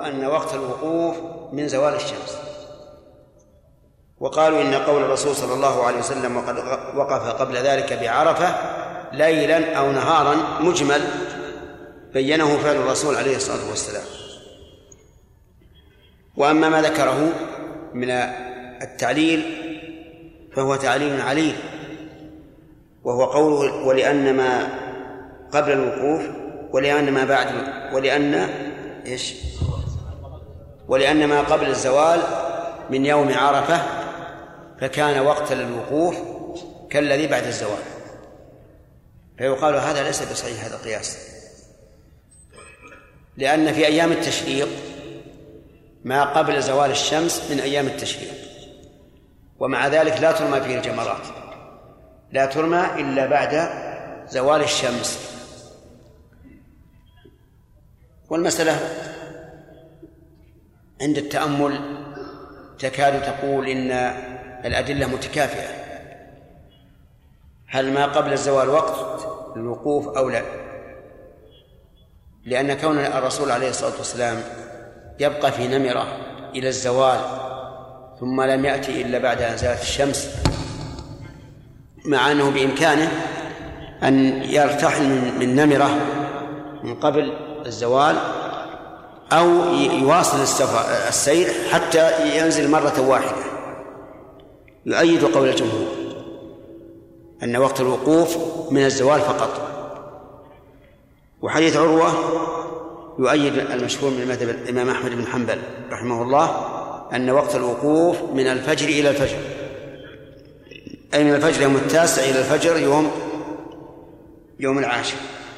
أن وقت الوقوف من زوال الشمس، وقالوا إن قول الرسول صلى الله عليه وسلم وقد وقف قبل ذلك بعرفة ليلا أو نهارا مجمل بينه فعل الرسول عليه الصلاة والسلام. وأما ما ذكره من التعليل فهو تعليل عليل، وهو قوله ولأن ما قبل الوقوف ولأن ما بعد ولأن ما قبل الزوال من يوم عرفة فكان وقتا للوقوف كالذي بعد الزوال، فيقال هذا ليس بصحيح هذا القياس، لأن في أيام التشريق ما قبل زوال الشمس من أيام التشريق، ومع ذلك لا ترمى فيه الجمرات، لا ترمى إلا بعد زوال الشمس. والمسألة عند التأمل تكاد تقول إن الأدلة متكافئة، هل ما قبل الزوال وقت للوقوف أو لا؟ لأن كون الرسول عليه الصلاة والسلام يبقى في نمرة إلى الزوال ثم لم يأتي إلا بعد أن زالت الشمس، مع أنه بإمكانه أن يرتحل من نمرة من قبل الزوال أو يواصل السير حتى ينزل مرة واحدة، يؤيد قول الجمهور أن وقت الوقوف من الزوال فقط. وحديث عروة يؤيد المشهور من مذهب الإمام أحمد بن حنبل رحمه الله أن وقت الوقوف من الفجر إلى الفجر، أي من الفجر يوم 9 إلى الفجر يوم 10.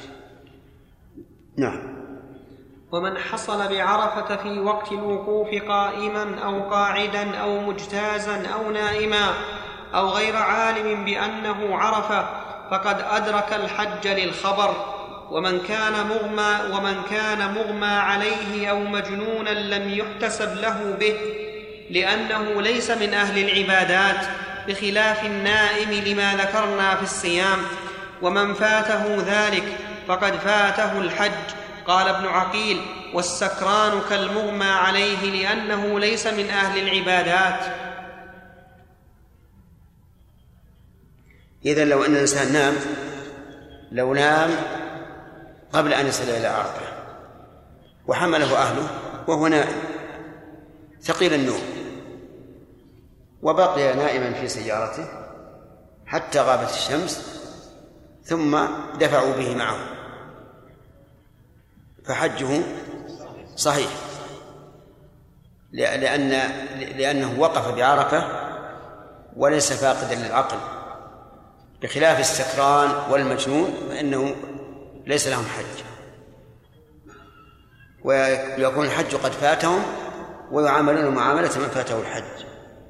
نعم. ومن حصل بعرفة في وقت الوقوف قائما أو قاعدا أو مجتازا أو نائما أو غير عالم بأنه عرفة فقد أدرك الحج للخبر. ومن كان مغمى عليه أو مجنونا لم يحتسب له به، لأنه ليس من أهل العبادات، بخلاف النائم لما ذكرنا في الصيام. ومن فاته ذلك فقد فاته الحج. قال ابن عقيل: والسكران كالمغمى عليه لأنه ليس من أهل العبادات. إذن لو أن الإنسان نام قبل أن يصل إلى عرفة وحمله أهله وهو نائم ثقيل النوم وبقي نائما في سيارته حتى غابت الشمس ثم دفعوا به معه، فحجه صحيح، لأنه وقف بعرفة وليس فاقدا للعقل، بخلاف السكران والمجنون فإنه ليس لهم حج، ويكون الحج قد فاتهم ويعاملون معاملة من فاته الحج.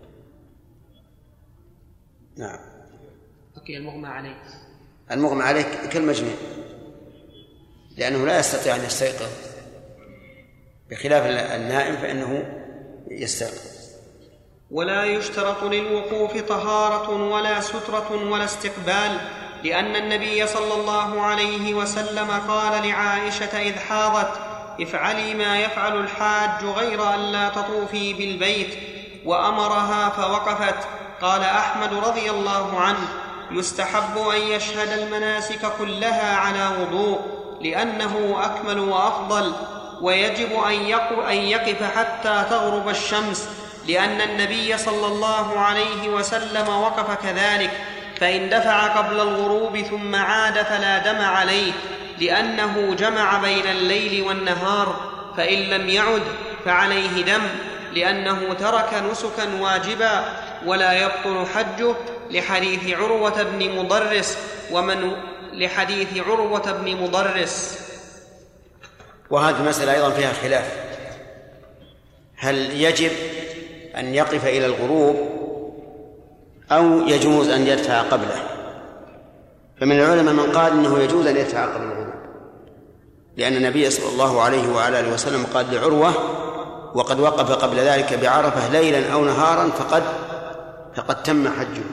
نعم. المغمى عليه كالمجنون، لأنه لا يستطيع أن يستيقظ، بخلاف النائم فإنه يستيقظ. ولا يشترط للوقوف طهارة ولا سترة ولا استقبال، لأن النبي صلى الله عليه وسلم قال لعائشة إذ حاضت: افعلي ما يفعل الحاج غير أن لا تطوفي بالبيت، وأمرها فوقفت. قال أحمد رضي الله عنه: يستحب أن يشهد المناسك كلها على وضوء، لأنه أكمل وأفضل، ويجب أن يقف حتى تغرب الشمس، لأن النبي صلى الله عليه وسلم وقف كذلك، فإن دفع قبل الغروب ثم عاد فلا دم عليه، لأنه جمع بين الليل والنهار، فإن لم يعد فعليه دم، لأنه ترك نسكا واجبا ولا يبطل حجه، لحديث عروة بن مضرس. وهذه المسألة أيضا فيها خلاف، هل يجب أن يقف إلى الغروب أو يجوز أن يدفع قبله؟ فمن العلماء من قال إنه يجوز أن يدفع قبل الغروب، لأن النبي صلى الله عليه وآله وسلم قال لعروة: وقد وقف قبل ذلك بعرفة ليلا أو نهارا فقد تم حجه،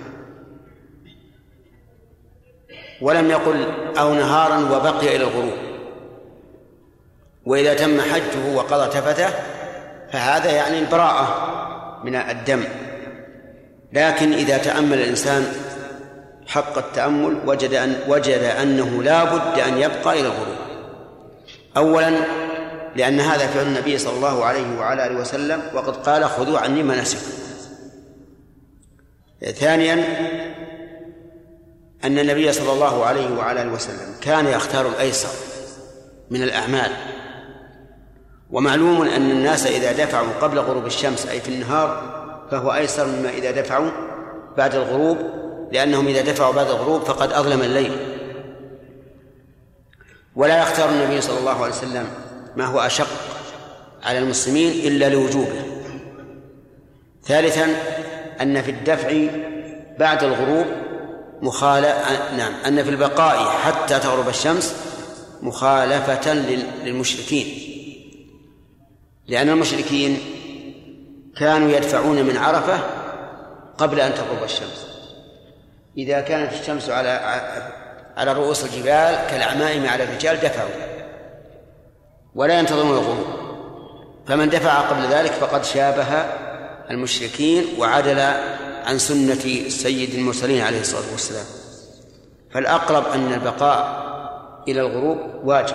ولم يقل أو نهارا وبقي إلى الغروب. وإذا تم حجه وقضى تفته فهذا يعني البراءة من الدم. لكن إذا تأمل الإنسان حق التأمل وجد أنه لا بد أن يبقى إلى الغروب. أولا لأن هذا فعل النبي صلى الله عليه وعلى آله وسلم، وقد قال خذوا عني مناسككم. ثانيا أن النبي صلى الله عليه وعلى آله وسلم كان يختار الأيسر من الأعمال، ومعلوم أن الناس إذا دفعوا قبل غروب الشمس أي في النهار فهو أيسر مما إذا دفعوا بعد الغروب، لأنهم إذا دفعوا بعد الغروب فقد أظلم الليل. ولا يختار النبي صلى الله عليه وسلم ما هو أشق على المسلمين إلا لوجوبه. ثالثا أن في الدفع بعد الغروب أن في البقاء حتى تغرب الشمس مخالفة للمشركين، لأن المشركين كانوا يدفعون من عرفة قبل أن تغرب الشمس. إذا كانت الشمس على رؤوس الجبال كالعمائم على الرجال دفعوا ولا ينتظرون الغروب، فمن دفع قبل ذلك فقد شابه المشركين وعدل عن سنة سيد المرسلين عليه الصلاة والسلام. فالأقرب أن البقاء إلى الغروب واجب.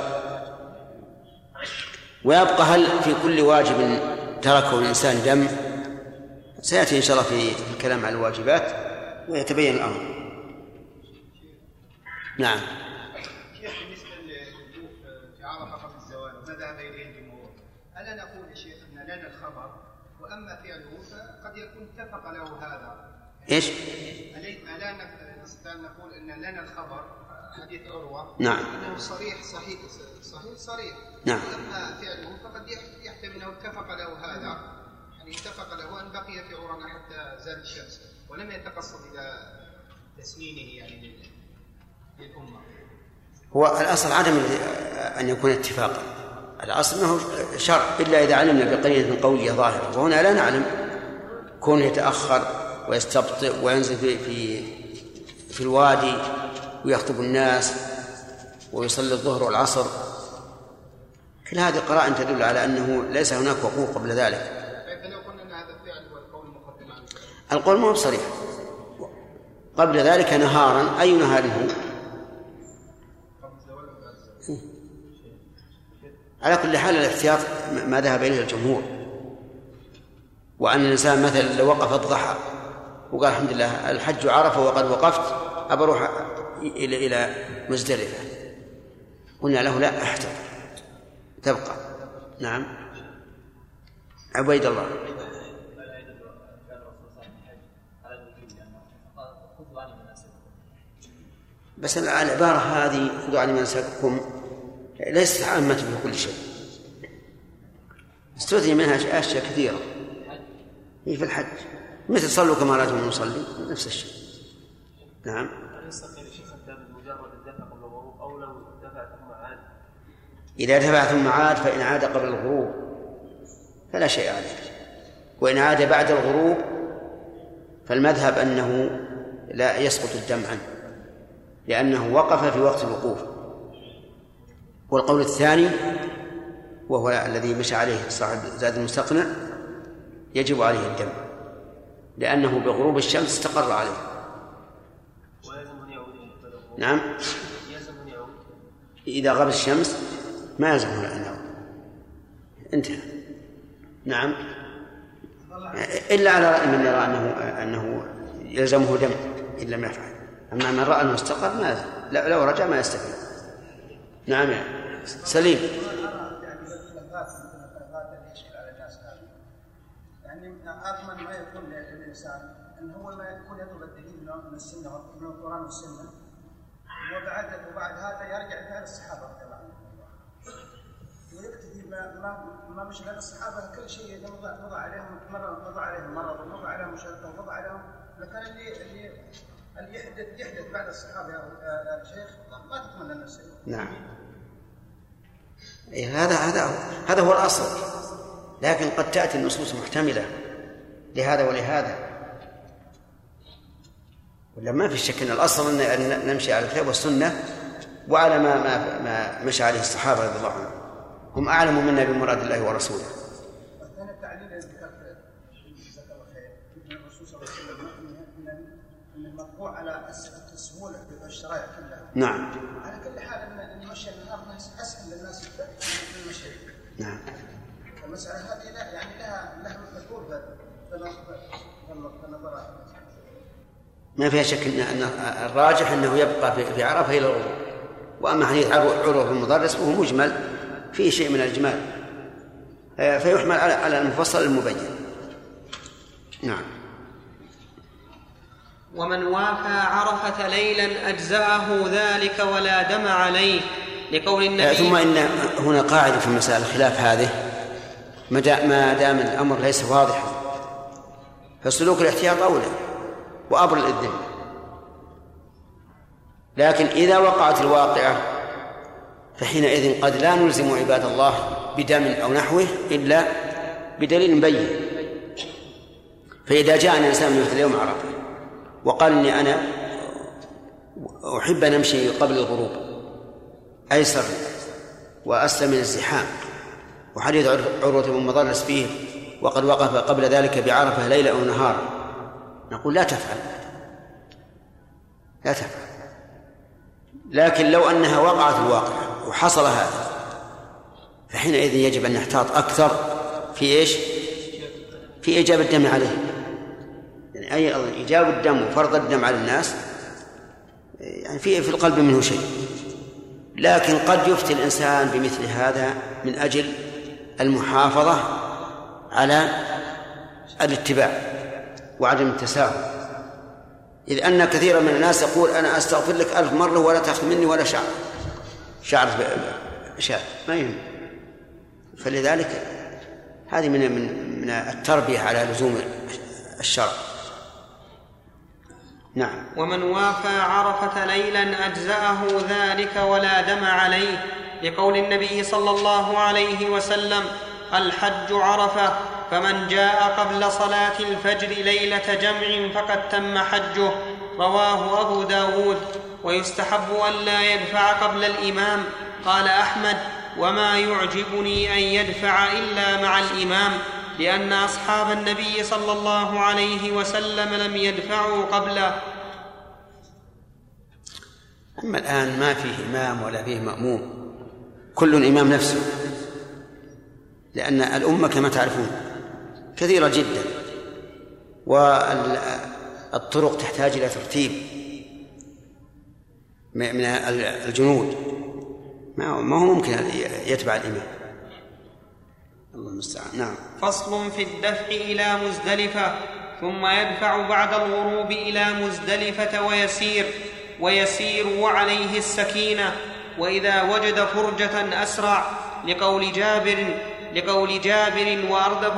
ويبقى هل في كل واجب تركه الإنسان دم؟ سيأتي إن شاء الله في الكلام على الواجبات ويتبين الأمر. نعم. شيخ بالنسبة للوقوف في عرفة قبل الزوال وما ذهب إليه الجمهور، ألا نقول يا شيخ أن لنا الخبر وأما فعله فقد يكون اتفق له هذا؟ إيش؟ ألا نستطيع أن نقول أن لنا الخبر حديث عروة نعم أنه صريح نعم. وأما فعله فقد يحتمل أنه اتفق له هذا، يعني اتفق له أن بقي في عرنا حتى زال الشمس ولم يتقصد إلى تسنينه يعني للأمة. هو الأصل عدم أن يكون اتفاقا، الأصل أنه شرع إلا إذا علمنا بقرينة قوية ظاهرة، وهنا لا نعلم. كون يتأخر ويستبطئ وينزل في الوادي ويخطب الناس ويصلي الظهر والعصر، كل هذه قرائن تدل على أنه ليس هناك وقوف قبل ذلك. فلو قلنا أن هذا الفعل هو القول المقدم على القول مو بصريح. قبل ذلك نهارا، أي نهار هو؟ على كل حال الاحتياط ما ذهب إليه الجمهور، وأن الإنسان مثلا لو وقف الضحى وقال الحمد لله الحج عرفة وقد وقفت أبروح إلى مزدلفة، قلنا له لا احتر تبقى. نعم. عبيد الله. بس العبارة هذه خذوا عني مناسككم ليست عامة في كل شيء، استثني منها أشياء كثيرة في الحج، مثل صلوا كما رأيتم نصلي، نفس الشيء. نعم. إذا دفع ثم عاد فإن عاد قبل الغروب فلا شيء عليه، وإن عاد بعد الغروب فالمذهب أنه لا يسقط الدم عنه لأنه وقف في وقت الوقوف. والقول الثاني وهو الذي مشى عليه صاحب زاد المستقنع يجب عليه الدم لأنه بغروب الشمس استقر عليه. نعم. إذا غاب الشمس ما يلزمه أن يعود، انتهى. نعم. إلا على رأي من يرى أنه يلزمه دم إن لم يفعل، أما من رأى أنه استقر ما يلزم، لو رجع ما يستفيد. نعم يا سليم. يعني أضمن ما يكون للإنسان أن هو ما يكون يطلب الدليل من السنة من القرآن والسنة، وبعد هذا يرجع فعل الصحابة رضي الله عنهم ويكتفي ما مشى على الصحابة كل شيء وضع عليهم مرض وضع عليهم مشقة وضع عليهم، لكن اللي يحدث بعد الصحابة يا شيخ ما تتمنى الناس. نعم. هذا هو الأصل، لكن قد تأتي النصوص محتملة لهذا ولهذا، ولا ما في شك أن الأصل أن نمشي على الكتاب والسنة وعلى ما مشى عليه الصحابة رضي الله عنهم. هم أعلم منا بمراد الله ورسوله. وكان التعليل الذي ذكرت جزاك الله خير من الرسول صلى الله عليه وسلم من المطبوع على السهولة في الشرائع كلها. نعم. على كل حال أن مشي النهار أسهل للناس من المشي. نعم. المسألة هذه يعني لها مذكور بالنظر. ما فيها شك أن الراجح أنه يبقى في عرفة إلى الغروب. وأما حديث عروة المدرس وهو مجمل فيه شيء من الإجمال فيحمل على المفصل المبين. نعم. ومن وافى عرفة ليلا أجزأه ذلك ولا دم عليه لقول النبي. ثم إن هنا قاعدة في مسائل الخلاف هذه ما دام الأمر ليس واضحا فسلوك الاحتياط أولى وأبر الذمة. لكن إذا وقعت الواقعة فحينئذ قد لا نلزم عباد الله بدم أو نحوه إلا بدليل مبين. فإذا جاءنا إنسان مثل يوم عرفة وقال إني أنا أحب أن أمشي قبل الغروب أيسر وأسلم من الزحام، وحديث عروة بن مضرس فيه وقد وقف قبل ذلك بعرفة ليلة أو نهار، نقول لا تفعل. لكن لو أنها وقعت الواقع وحصل هذا فحينئذ يجب أن نحتاط أكثر في إيش؟ في إيجاب الدم عليه. يعني أي إيجاب الدم وفرض الدم على الناس يعني في القلب منه شيء. لكن قد يفتي الإنسان بمثل هذا من أجل المحافظة على الاتباع وعدم التساهل، إذ أن كثيرا من الناس يقول أنا أستغفر لك 1000 مرة ولا تأخذ مني ولا شعر ما يهم. فلذلك هذه من التربية على لزوم الشرع. نعم. ومن وافى عرفة ليلا أجزأه ذلك ولا دم عليه لقول النبي صلى الله عليه وسلم الحج عرفة فمن جاء قبل صلاة الفجر ليلة جمع فقد تم حجه. رواه أبو داود. ويستحب أن لا يدفع قبل الإمام. قال أحمد وما يعجبني أن يدفع إلا مع الإمام لأن أصحاب النبي صلى الله عليه وسلم لم يدفعوا قبله. أما الآن ما فيه إمام ولا فيه مأموم، كل إمام نفسه، لأن الأمة كما تعرفون كثيرة جدا والطرق تحتاج إلى ترتيب من الجنود، ما هو ممكن يتبع الإمام. الله المستعان. نعم. فصل في الدفع إلى مزدلفة ثم يدفع بعد الغروب إلى مزدلفة ويسير وعليه السكينة وإذا وجد فرجة أسرع لقول جابر وأردف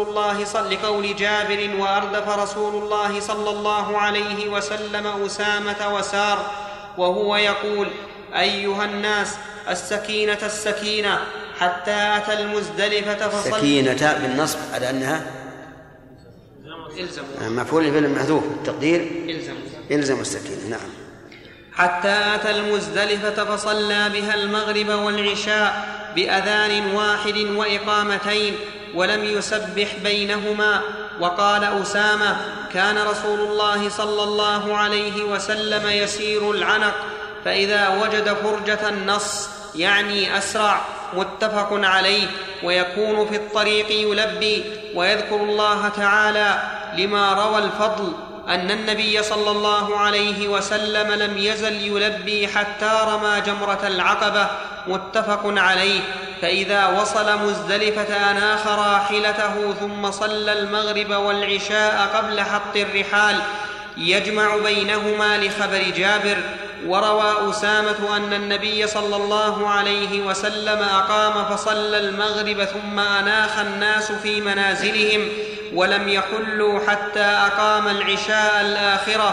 رسول الله صلى الله عليه وسلم أسامة وسار وهو يقول أيها الناس السكينة حتى أتى المزدلفة فصلى. سكينة بالنصب على أنها مفعول به المحذوف التقدير إلزم السكينة. نعم. حتى أتى المزدلفة فصلى بها المغرب والعشاء بأذان واحد وإقامتين ولم يسبح بينهما. وقال أسامة كان رسول الله صلى الله عليه وسلم يسير العنق فإذا وجد فرجة نص يعني أسرع. متفق عليه. ويكون في الطريق يلبي ويذكر الله تعالى لما روى الفضل أن النبي صلى الله عليه وسلم لم يزل يلبي حتى رمى جمرة العقبة. متفق عليه. فإذا وصل مزدلفة أناخ راحلته ثم صلى المغرب والعشاء قبل حط الرحال يجمع بينهما لخبر جابر. وروى أسامة أن النبي صلى الله عليه وسلم أقام فصلى المغرب ثم أناخ الناس في منازلهم ولم يحلوا حتى أقام العشاء الآخرة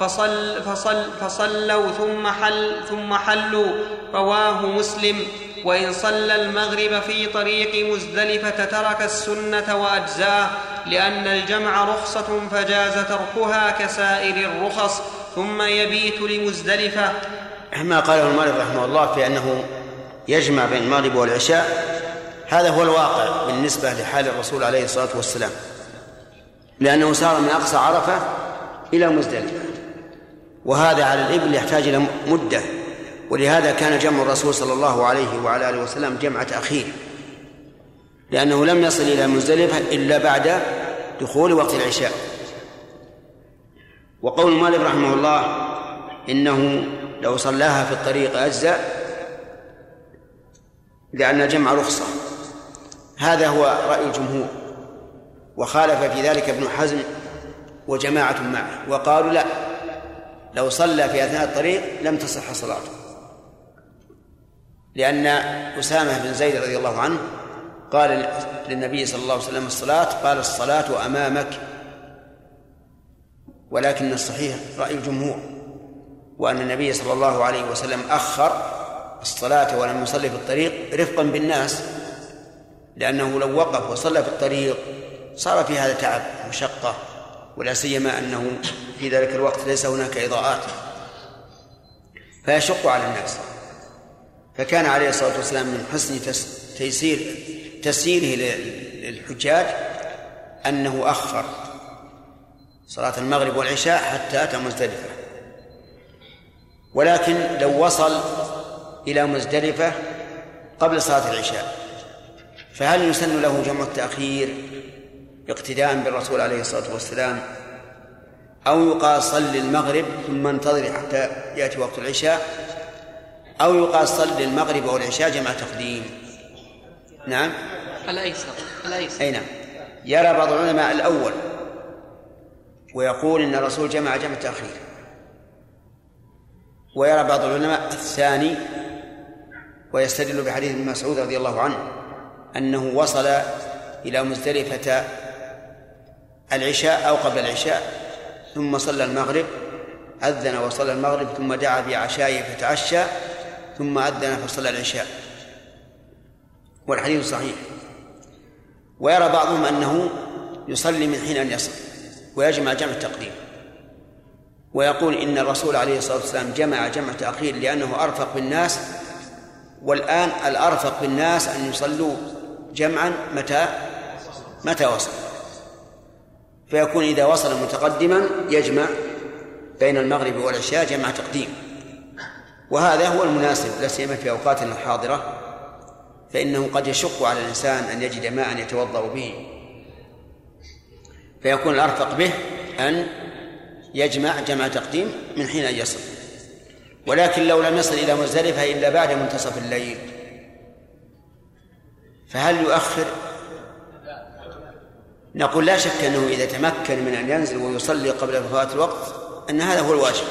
فصلوا ثم حلوا. رواه مسلم. وإن صلى المغرب في طريق مزدلفة ترك السنة وأجزاه لأن الجمع رخصة فجاز تركها كسائر الرخص ثم يبيت لمزدلفة. ما قاله المالك رحمه الله في أنه يجمع بين المغرب والعشاء هذا هو الواقع بالنسبة لحال الرسول عليه الصلاة والسلام، لأنه سار من أقصى عرفة إلى مزدلفة، وهذا على الإبل يحتاج إلى مدة، ولهذا كان جمع الرسول صلى الله عليه وعلى آله وسلم جمع تأخير، لأنه لم يصل إلى مزدلفة إلا بعد دخول وقت العشاء. وقول مالك رحمه الله إنه لو صلاها في الطريق أجزاء لأن الجمع رخصة، هذا هو رأي الجمهور، وخالف في ذلك ابن حزم وجماعة معه، وقالوا لا، لو صلى في أثناء الطريق لم تصح صلاته، لأن أسامة بن زيد رضي الله عنه قال للنبي صلى الله عليه وسلم الصلاة، قال الصلاة أمامك، ولكن الصحيح رأي الجمهور، وأن النبي صلى الله عليه وسلم أخر الصلاة ولم يصلي في الطريق رفقا بالناس، لأنه لو وقف وصلى في الطريق صار في هذا تعب ومشقة، ولا سيما أنه في ذلك الوقت ليس هناك إضاءات فيشق على الناس. فكان عليه الصلاة والسلام من حسن تسييره للحجاج أنه أخر صلاة المغرب والعشاء حتى أتى مزدلفة. ولكن لو وصل إلى مزدلفة قبل صلاة العشاء فهل يسن له جمع التأخير اقتداء بالرسول عليه الصلاة والسلام، أو يقال صل المغرب ثم انتظر حتى يأتي وقت العشاء، أو يقال صل المغرب والعشاء جمع تقديم؟ نعم الأيسر. أي نعم. يرى بعض العلماء الأول ويقول إن الرسول جمع تأخير، ويرى بعض العلماء الثاني ويستدل بحديث ابن مسعود رضي الله عنه أنه وصل إلى مزدلفة العشاء أو قبل العشاء ثم صلى المغرب، أذن وصلى المغرب ثم دعا بعشائه فتعشى ثم أذن فصلى العشاء، والحديث صحيح. ويرى بعضهم أنه يصلي من حين أن يصل ويجمع جمع التقديم، ويقول إن الرسول عليه الصلاة والسلام جمع تأخير لأنه أرفق بالناس، والآن الأرفق بالناس أن يصلوا جمعا متى وصل، فيكون إذا وصل متقدما يجمع بين المغرب والعشاء جمع تقديم، وهذا هو المناسب لا سيما في أوقاتنا الحاضرة، فإنه قد يشق على الإنسان أن يجد ماء يتوضأ به، فيكون الأرفق به أن يجمع جمع تقديم من حين أن يصل. ولكن لو لم يصل إلى مزدلفة إلا بعد منتصف الليل فهل يؤخر؟ نقول لا شك أنه إذا تمكن من أن ينزل ويصلي قبل فوات الوقت أن هذا هو الواجب،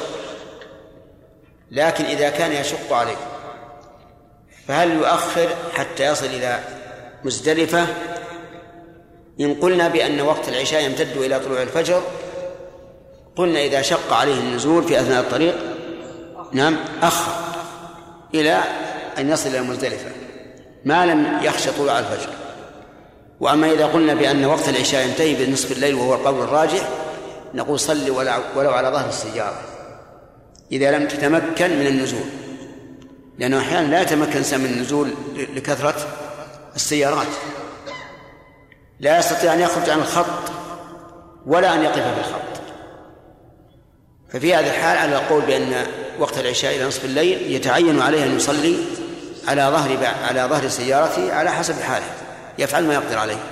لكن إذا كان يشق عليه فهل يؤخر حتى يصل إلى مزدلفة؟ إن قلنا بأن وقت العشاء يمتد إلى طلوع الفجر قلنا إذا شق عليه النزول في أثناء الطريق نعم أخر إلى أن يصل إلى مزدلفة ما لم يخشى طلوع الفجر. وأما إذا قلنا بأن وقت العشاء ينتهي بنصف الليل وهو القول الراجح نقول صلي ولو على ظهر السيارة إذا لم تتمكن من النزول، لأنه أحيانا لا يتمكن الإنسان من النزول لكثرة السيارات، لا يستطيع أن يخرج عن الخط ولا أن يقف في الخط، ففي هذا الحال على القول بأن وقت العشاء إلى نصف الليل يتعين عليه أن يصلي على ظهر سيارته على حسب حاله، يفعل ما يقدر عليه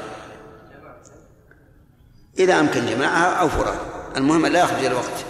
إذا أمكن جماعها أو فرا، المهم لا يخرج الوقت.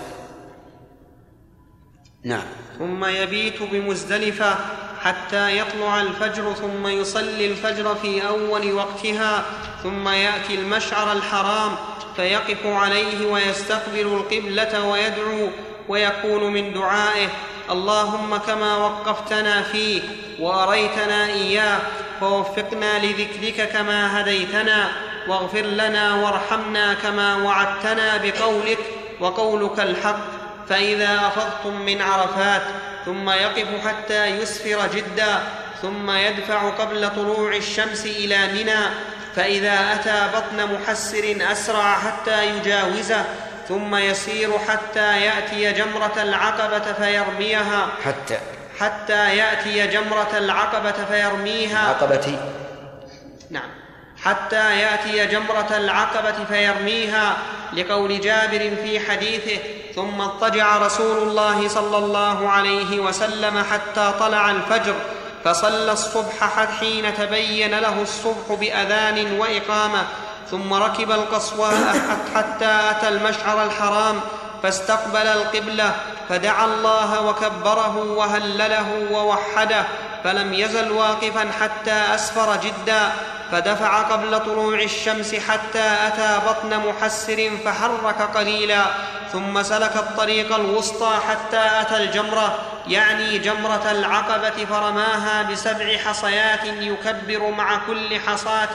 نعم. ثم يبيت بمزدلفة حتى يطلع الفجر ثم يصلي الفجر في أول وقتها، ثم يأتي المشعر الحرام فيقف عليه ويستقبل القبلة ويدعو، ويكون من دعائه اللهم كما وقفتنا فيه وأريتنا إياه فوفقنا لذكرك كما هديتنا، واغفر لنا وارحمنا كما وعدتنا بقولك وقولك الحق. فإذا أفضتم من عرفات ثم يقف حتى يسفر جدا، ثم يدفع قبل طلوع الشمس إلى منى، فإذا أتى بطن محسر أسرع حتى يجاوزه، ثم يسير حتى يأتي جمرة العقبة فيرميها حتى يأتي جمرة العقبة فيرميها نعم حتى يأتي جمرة العقبة فيرميها، لقول جابر في حديثه: ثم اضطجع رسول الله صلى الله عليه وسلم حتى طلع الفجر، فصلى الصبح حين تبين له الصبح بأذان وإقامة، ثم ركب القصواء حتى أتى المشعر الحرام فاستقبل القبلة، فدعا الله وكبره وهلله ووحده، فلم يزل واقفا حتى أسفر جدا، فدفع قبل طلوع الشمس حتى أتى بطن محسر فحرك قليلا، ثم سلك الطريق الوسطى حتى أتى الجمرة، يعني جمرة العقبة، فرماها ب7 حصيات يكبر مع كل حصاة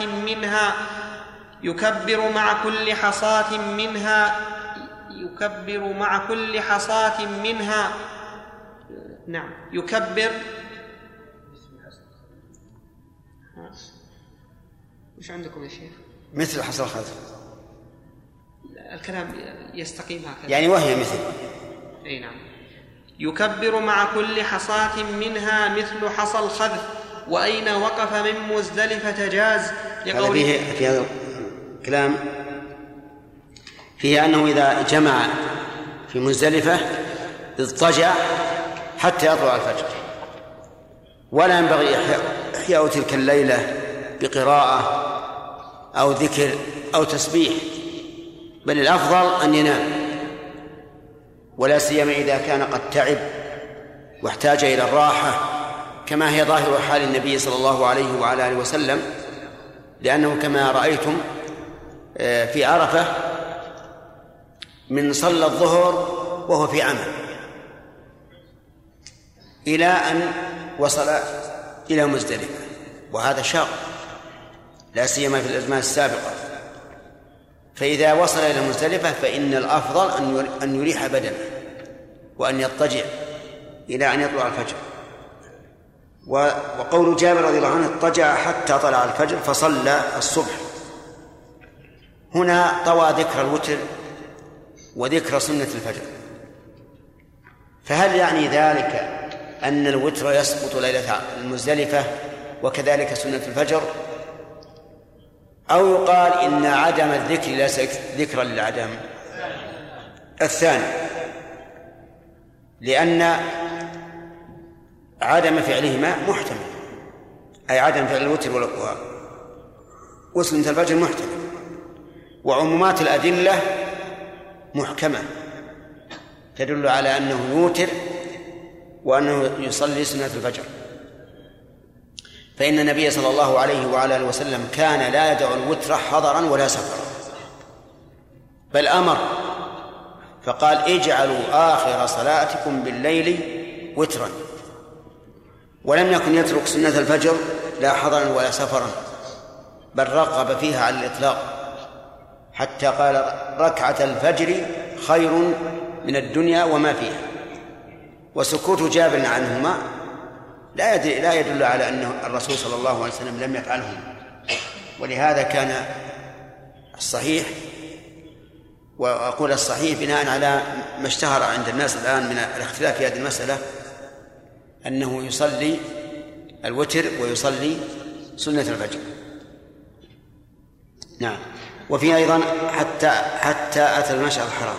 منها نعم يكبر وش عندكم يا شيخ؟ مثل حصى الخذف، الكلام يستقيم هكذا يعني وهي مثل. أي نعم. يكبر مع كل حصاة منها مثل حصى الخذف. وأين وقف من مزدلفة جاز، لقوله في هذا الكلام فيه أنه إذا جمع في مزدلفة اضطجع حتى يطلع الفجر، ولا ينبغي إحياء تلك الليلة بقراءة أو ذكر أو تسبيح، بل الأفضل أن ينام، ولا سيما إذا كان قد تعب واحتاج إلى الراحة، كما هي ظاهر حال النبي صلى الله عليه وعلى آله وسلم، لأنه كما رأيتم في عرفة من صلى الظهر وهو في عمل إلى أن وصل إلى مزدلفة، وهذا شاق لا سيما في الأزمان السابقة. فإذا وصل إلى مزدلفة فإن الأفضل أن يريح بدنه وأن يضطجع إلى أن يطلع الفجر. وقول جابر رضي الله عنه اضطجع حتى طلع الفجر فصلى الصبح، هنا طوى ذكر الوتر وذكر سنة الفجر، فهل يعني ذلك أن الوتر يسقط ليلة المزدلفة وكذلك سنة الفجر، أو يقال إن عدم الذكر ليس ذكرا للعدم؟ الثاني، لأن عدم فعلهما محتمل، أي عدم فعل الوتر وسنة الفجر محتمل، وعمومات الأدلة محكمة تدل على أنه يوتر وأنه يصلي سنة الفجر. فإن النبي صلى الله عليه وعلى آله وسلم كان لا يدع الوتر حضرا ولا سفرا، بل أمر فقال: اجعلوا آخر صلاتكم بالليل وترا، ولم يكن يترك سنة الفجر لا حضرا ولا سفرا، بل رغب فيها على الإطلاق، حتى قال: ركعة الفجر خير من الدنيا وما فيها. وسكوت جابر عنهما لا يدل على أن الرسول صلى الله عليه وسلم لم يفعلهم، ولهذا كان الصحيح، وأقول الصحيح بناء على ما اشتهر عند الناس الآن من الاختلاف في هذه المسألة، أنه يصلي الوتر ويصلي سنة الفجر. نعم. وفي أيضا حتى أتى المشعر الحرام،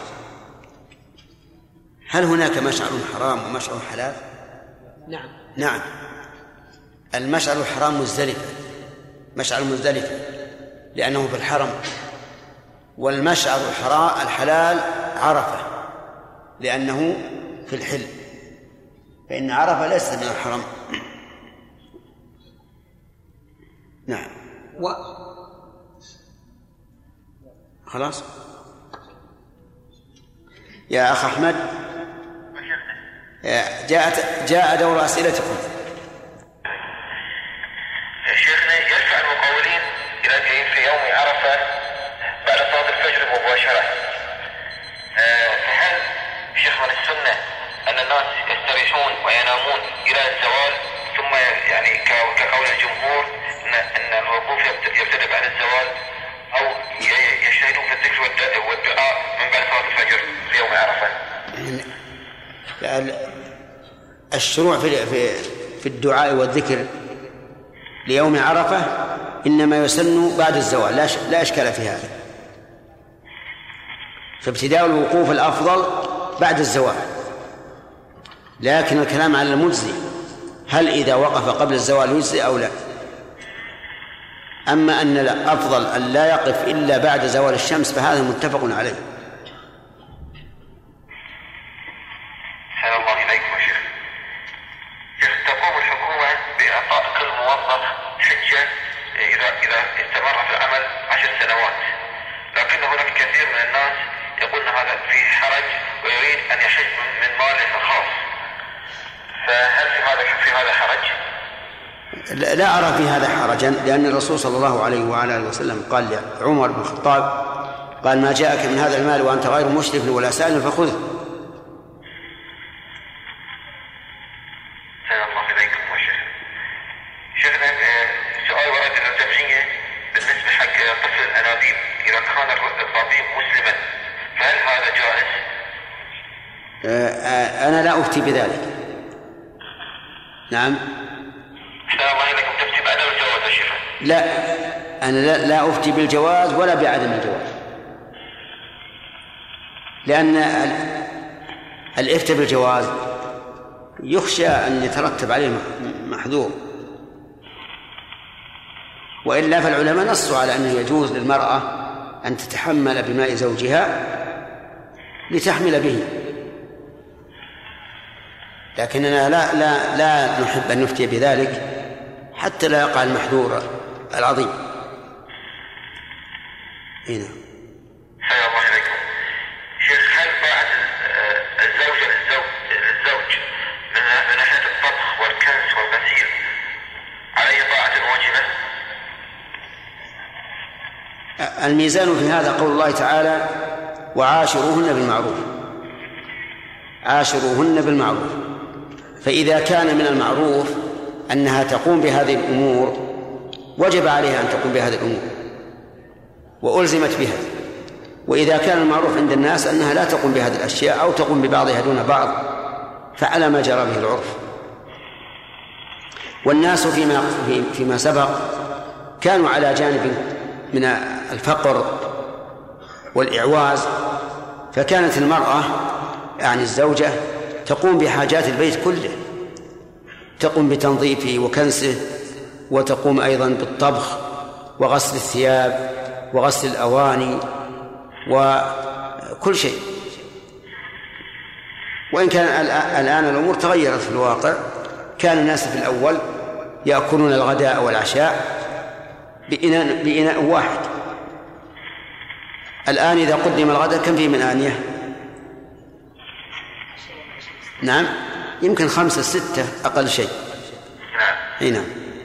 هل هناك مشعر حرام ومشعر حلال؟ نعم. المشعر الحرام مشعر مزدلفة لأنه في الحرم، والمشعر الحلال عرفة لأنه في الحل، فإن عرفة ليست من الحرم. نعم. خلاص يا أخ أحمد، جاء دور أسئلتكم. شيخنا، يرفع المقاولين إلى في يوم عرفة بعد صلاة الفجر مباشرة، فهل شيخ من السنة أن الناس يستريحون وينامون إلى الزوال، ثم يعني كقول الجمهور أن الوقوف يبتدئ بعد الزوال، أو يجتهدون في الذكر والدعاء من بعد صلاة الفجر في يوم عرفة؟ الشروع في الدعاء والذكر ليوم عرفة إنما يسن بعد الزوال، لا إشكال في هذا. فابتداء الوقوف الأفضل بعد الزوال، لكن الكلام على المجزي، هل إذا وقف قبل الزوال يجزي أو لا؟ أما أن الأفضل أن لا يقف إلا بعد زوال الشمس فهذا متفق عليه. حسن الله إليكم يا شيخ. تقوم الحكومة بإعطاء كل موظف حجة إذا استمر في العمل 10 سنوات، لكن هناك كثير من الناس يقول هذا في حرج ويريد أن يحج من ماله الخاص، فهل في هذا حرج؟ لا أرى في هذا حرجا، لأن الرسول صلى الله عليه وعلى آله وسلم قال لعمر بن الخطاب قال: ما جاءك من هذا المال وأنت غير مشرف ولا سائل فخذه. الله إليكم يا شيخ. شيخنا سؤال ورد الجمعية بالنسبة حق طفل الأنابيب، إذا كان الطبيب مسلما فهل هذا جائز؟ أنا لا أفتي بذلك. نعم. الله إليكم تفتي بعدم الجواز يا شيخ؟ لا، أنا لا أفتي بالجواز ولا بعدم الجواز، لأن الإفتاء بالجواز يخشى أن يترتب عليه محذور، وإلا فالعلماء نصوا على أنه يجوز للمرأة أن تتحمل بماء زوجها لتحمل به، لكننا لا نحب أن نفتي بذلك حتى لا يقع المحذور العظيم. هنا. حيا الله عليكم. شيخ، هل بعد الزوج من ناحية الطبخ والكنس والغسيل عليه طاعة واجبة؟ الميزان في هذا قول الله تعالى: وعاشروهن بالمعروف. عاشروهن بالمعروف، فإذا كان من المعروف أنها تقوم بهذه الأمور وجب عليها أن تقوم بهذه الأمور وألزمت بها، وإذا كان المعروف عند الناس أنها لا تقوم بهذه الأشياء أو تقوم ببعضها دون بعض فعلى ما جرى به العرف. والناس فيما سبق كانوا على جانب من الفقر والإعواز، فكانت المرأة يعني الزوجة تقوم بحاجات البيت كله، تقوم بتنظيفه وكنسه، وتقوم أيضا بالطبخ وغسل الثياب وغسل الأواني وكل شيء. وإن كان الآن الأمور تغيرت في الواقع، كان الناس في الأول يأكلون الغداء والعشاء بإناء واحد. الآن إذا قدم الغداء كم فيه من آنية؟ نعم، يمكن 5 6 أقل شيء. نعم.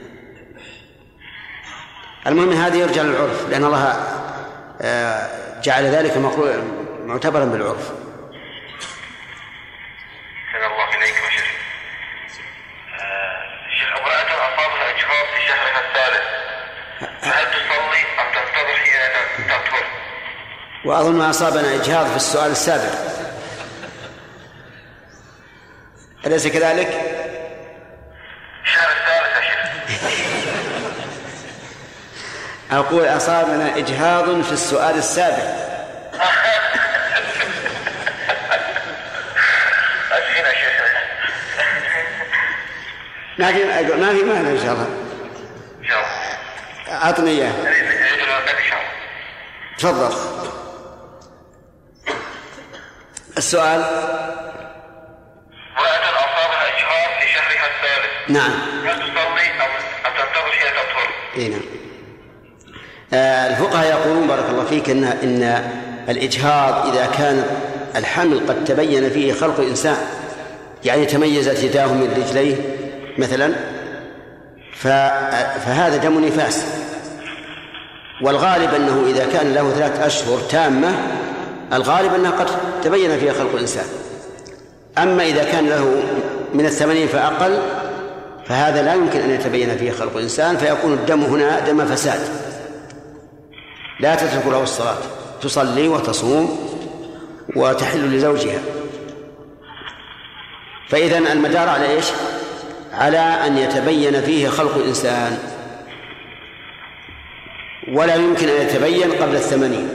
المهم هذا يرجع للعرف، لأن الله جعل ذلك معتبرا بالعرف. الله إليكم شيخ. شيخ، امرأة أصابها إجهاض في شهرها الثالث فهل تصلي أم تنتظر حين تطهر؟ وأظن ما أصابنا إجهاض في السؤال السابق، أليس كذلك؟ الشهر الثالث يا شيخ. أقول أصابنا إجهاض في السؤال السابق. أسفين يا شيخ. ما في مانع إن شاء الله. إن شاء الله. أعطني إياه. إن شاء الله. تفضل. السؤال: امرأة أصابها إجهاض في شهرها الثالث. نعم. هل تصلي أم تنتظر حين تطهر؟ إيه نعم. الفقهاء يقولون بارك الله فيك إن الإجهاض إذا كان الحمل قد تبين فيه خلق الإنسان، يعني تميزت يداه من رجليه مثلا، فهذا دم نفاس، والغالب أنه إذا كان له 3 أشهر تامة الغالب أنها قد تبين فيها خلق الإنسان. أما إذا كان له من 80 فأقل فهذا لا يمكن أن يتبين فيه خلق الإنسان، فيكون الدم هنا دم فساد، لا تترك له الصلاة، تصلي وتصوم وتحل لزوجها. فإذن المدار على إيش؟ على أن يتبين فيه خلق الإنسان. ولا يمكن أن يتبين قبل 80.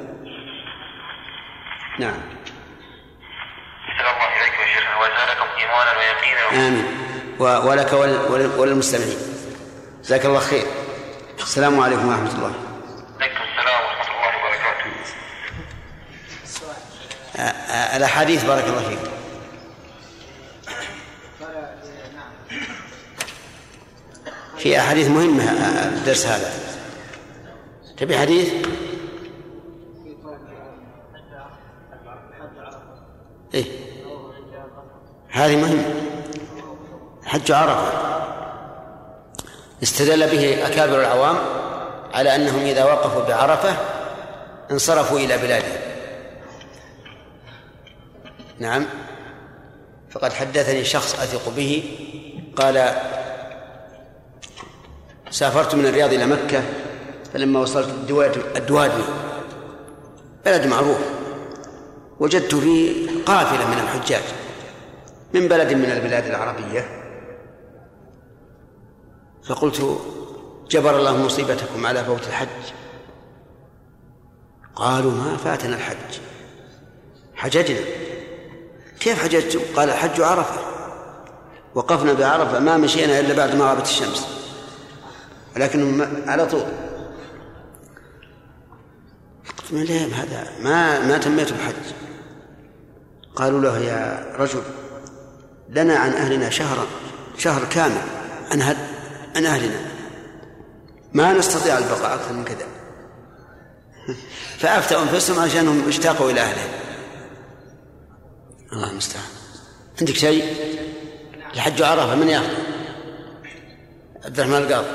نعم. السلام عليكم يا شيخنا وزادكم إيمانا ويقينا. آمين. ولك وللمستمعين. جزاك الله خير. السلام عليكم ورحمة الله. عليكم السلام ورحمة الله وبركاته. الأحاديث بارك الله فيك. في أحاديث مهمة الدرس هذا. تبي حديث؟ إيه؟ هذه مهمة. حج عرفة استدل به أكابر العوام على أنهم إذا وقفوا بعرفة انصرفوا إلى بلادهم. نعم. فقد حدثني شخص أثق به قال: سافرت من الرياض إلى مكة، فلما وصلت الدوادي بلد معروف، وجدت فيه قافلة من الحجاج من بلد من البلاد العربية، فقلت: جبر الله مصيبتكم على فوت الحج. قالوا: ما فاتنا الحج، حججنا. كيف حججتم؟ قال: الحج عرفة، وقفنا بعرفة ما مشينا إلا بعد ما غابت الشمس، ولكنهم على طول. قلت: من ليه هذا؟ ما تميت الحج. قالوا له: يا رجل، لنا عن أهلنا شهر كامل عن أهلنا، ما نستطيع البقاء أكثر من كذا. فأفتوا أنفسهم عشانهم اشتاقوا إلى أهلهم. الله المستعان. عندك شيء؟ الحج عرفة من يأخذ؟ عبد الرحمن القاضي.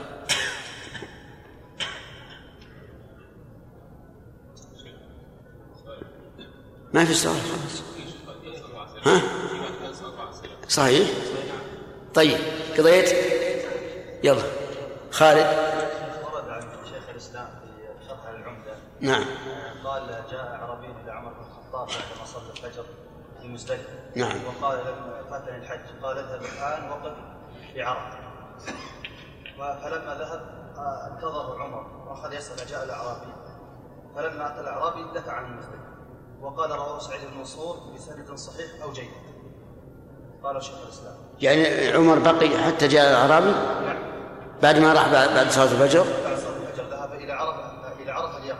ما في سؤال خلاص. ها؟ صحيح. طيب قضيت. يلا خالد. ورد عن شيخ الإسلام في شرح العمدة. نعم. قال: جاء أعرابي إلى عمر بن الخطاب بعدما صلى الفجر في مزدلفة. نعم. وقال: لما فاتني الحج. قال: اذهب الآن وقف بعرفة. فلما ذهب انتظر عمر وأخذ يسأل. جاء الأعرابي، فلما أتى الأعرابي دفع عن المزدلفة. وقال: رواه سعيد بن منصور بسند صحيح أو جيد. قال شيخ الإسلام. يعني عمر بقي حتى جاء الأعرابي بعد ما راح بعد صلاة الفجر. بعد صلاة الفجر ذهب إلى عرفة ليقف.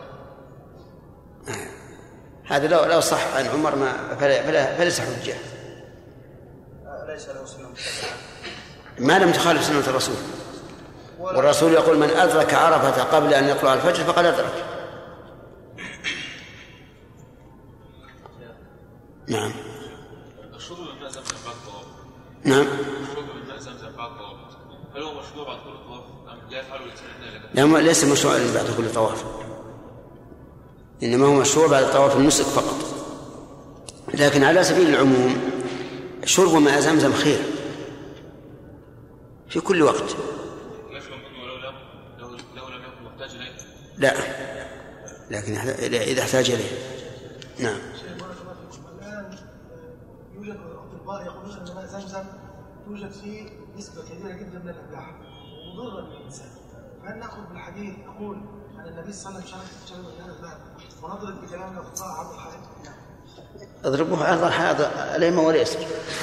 هذا لو صح عن عمر فليس حجة. ليس له سنة متبعة ما لم تخالف سنة الرسول. والرسول يقول: من أدرك عرفة قبل أن يطلع الفجر فقد أدرك. نعم. الشرب من زمزم بعد الطواف. نعم. الشرب من زمزم بعد الطواف هل هو مشروع بعد كل طواف أم لا يفعله لا، ليس مشروع بعد كل طواف، إنما هو مشروع بعد طواف النسك فقط. لكن على سبيل العموم شرب ماء زمزم خير في كل وقت. يشرب منه لو لم يكن محتاج إليه. لا، لكن إذا احتاج إليه. نعم. الآن يوجد أطباء يقولون أن ماء زمزم توجد فيه نسبة كبيرة جدا من الأملاح مضرة للإنسان، فهل نأخذ بالحديث نقول أن النبي صلى الله عليه وسلم شرب من الماء ونضرب بكلام الأطباء عبر الحائط؟ اضربوه عرض الحائط الأيمن واليسر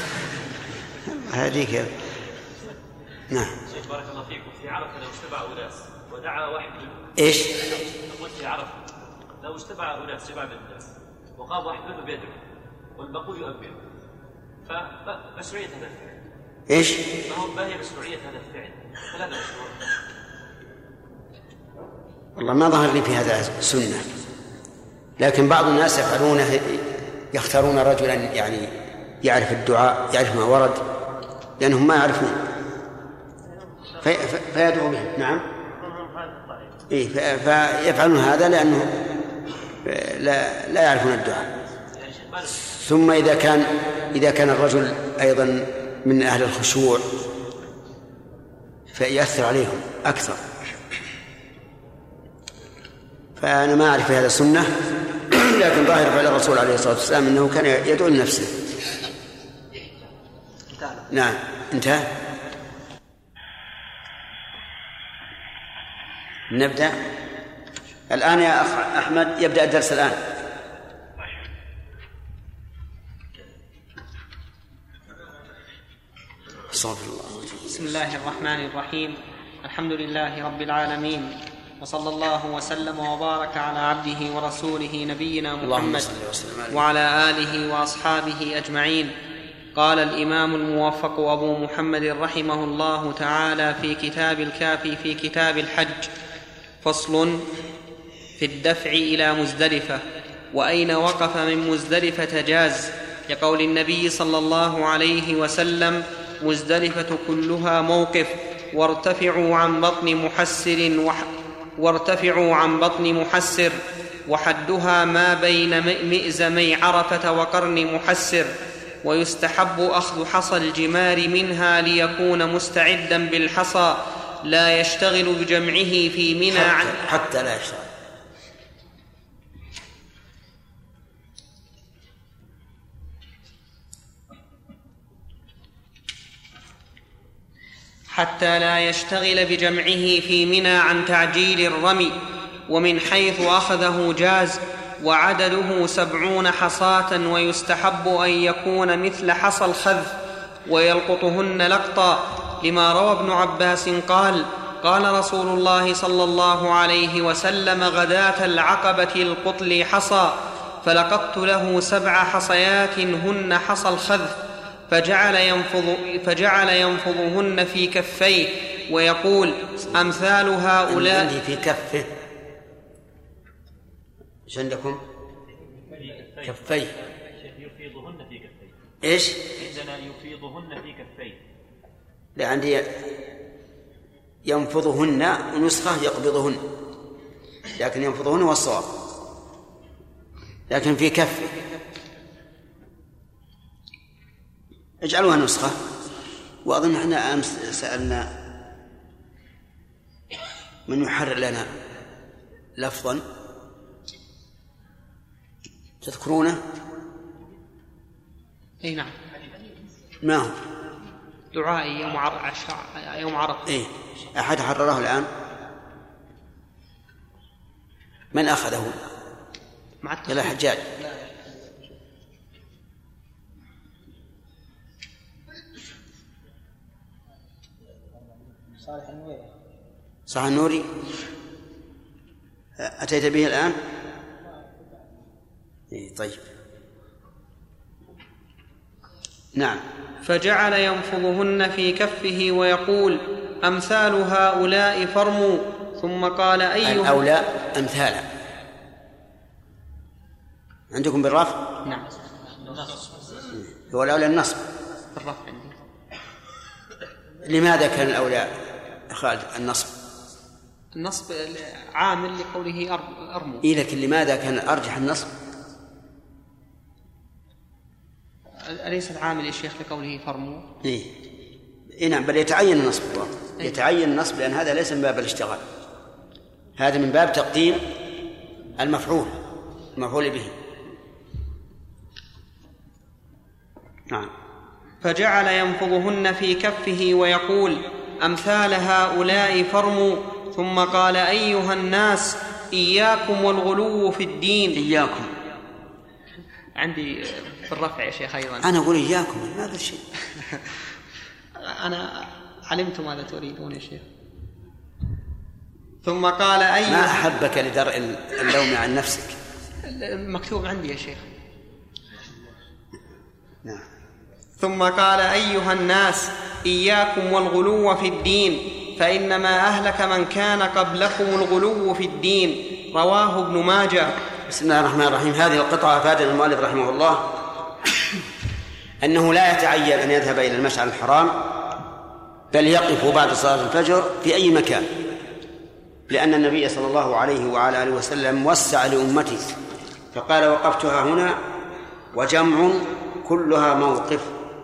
هذه كيف. نعم. شيخ بارك الله فيكم، في عرفة لو اجتمع أناس ودعا واحد إيش؟ قلت في عرفة لو اجتمع أناس جمع من الناس وقام واحد منهم بيده والبقول يؤمن، فمشروعية هذا الفعل إيش؟ ما هي مشروعية هذا الفعل؟ هل هذا مشروع؟ والله ما ظهر لي في هذا سنة، لكن بعض الناس يفعلونه، يختارون رجلا يعني يعرف الدعاء، يعرف ما ورد، لأنهم ما يعرفون فيدعو به. نعم. إيه، فيفعلون هذا لأنه لا يعرفون الدعاء. ثم إذا كان الرجل أيضا من أهل الخشوع فيأثر عليهم أكثر. فأنا ما أعرف هذا السنة، لكن ظاهر فعل الرسول عليه الصلاة والسلام أنه كان يدعو لنفسه. نعم. انتهى. نبدأ. الآن يا أخ أحمد يبدأ الدرس الآن. بسم الله الرحمن الرحيم. الحمد لله رب العالمين، وصلى الله وسلم وبارك على عبده ورسوله نبينا محمد وعلى آله وأصحابه أجمعين. قال الإمام الموفق أبو محمد رحمه الله تعالى في كتاب الكافي في كتاب الحج: فصل في الدفع إلى مزدلفة. وأين وقف من مزدلفة جاز، لقول النبي صلى الله عليه وسلم: مزدلفة كلها موقف، وارتفعوا عن بطن محسر وحدها ما بين مئزمي عرفة وقرن محسر. ويستحب أخذ حصى الجمار منها ليكون مستعدا بالحصى، لا يشتغل بجمعه في منى حتى لا يشتغل حتى لا يشتغل بجمعه في منى عن تعجيل الرمي. ومن حيث أخذه جاز، وعدده 70 حصاة، ويستحب أن يكون مثل حصى الخذف ويلقطهن لقطا، لما روى ابن عباس قال: قال رسول الله صلى الله عليه وسلم: غداة العقبة القط لي حصى، فلقطت له 7 حصيات هن حصى الخذف، فجعل ينفضهن في كفيه ويقول: أمثال هؤلاء. عندي في كفه، ايش عندكم؟ كفيه. يفيضهن في كفيه. ايش؟ عندنا يفيضهن في كفيه. لا، عندي ينفضهن، ونسخة يقبضهن، لكن ينفضهن هو الصواب، لكن في كفه. اجعلوها نسخة. وأظن احنا أمس سألنا من يحرر لنا لفظا، تذكرونه؟ اي نعم. ما هو؟ دعائي يوم عرفة. ايه، أحد حرره الآن؟ من أخذه؟ يلا حجاج. صالح النوري أتيت به الآن؟ إيه طيب. نعم. فجعل ينفضهن في كفه ويقول: أمثال هؤلاء فرموا. ثم قال: أيها هؤلاء أمثالا. عندكم بالرفع؟ نعم. هو الأولى النصب. بالرفع عندي. لماذا كان الأولى خالد النصب؟ النصب عامل لقوله أرموا. إيه، لكن لماذا كان الأرجح النصب؟ أليس العامل يا شيخ لقوله فرموا؟ إيه نعم، بل يتعين النصب. يتعين النصب لأن هذا ليس من باب الاشتغال، هذا من باب تقديم المفعول به. نعم. فجعل ينفضهن في كفه ويقول: أمثال هؤلاء فرموا. ثم قال: أيها الناس، إياكم والغلو في الدين. إياكم عندي بالرفع يا شيخ أيضا. أنا أقول إياكم، ماذا الشيء؟ أنا علمت ماذا تريدون يا شيخ. ثم قال: أيها، ما أحبك لدرء اللوم عن نفسك. مكتوب عندي يا شيخ. نعم. ثم قال: أيها الناس، إياكم والغلو في الدين، فإنما أهلك من كان قبلكم الغلو في الدين. رواه ابن ماجه. بسم الله الرحمن الرحيم. هذه القطعة أفاد المؤلف رحمه الله أنه لا يتعين أن يذهب إلى المشعر الحرام، بل يقف بعد صلاة الفجر في أي مكان، لأن النبي صلى الله عليه وعلى آله وسلم وسع لأمته فقال: وقفتها هنا، وجمع كلها موقف.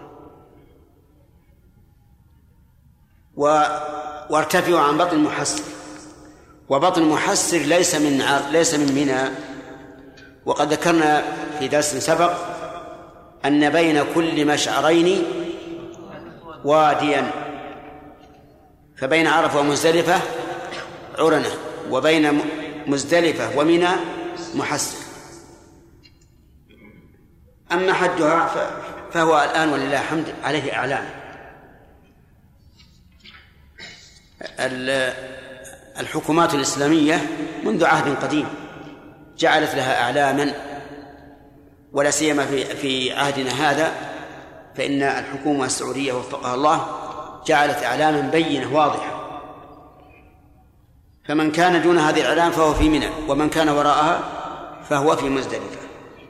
وارتفعوا عن بطن محسر، وبطن محسر ليس من منى. وقد ذكرنا في درس سبق أن بين كل مشعرين واديا، فبين عرفة ومزدلفة عرنة، وبين مزدلفة ومنى محسر. أما حجها فهو الآن ولله الحمد عليه أعلام. الحكومات الإسلامية منذ عهد قديم جعلت لها أعلاما، ولا سيما في عهدنا هذا، فإن الحكومة السعودية وفقها الله جعلت أعلاما بينة واضحة، فمن كان دون هذه الأعلام فهو في منى، ومن كان وراءها فهو في مزدلفة.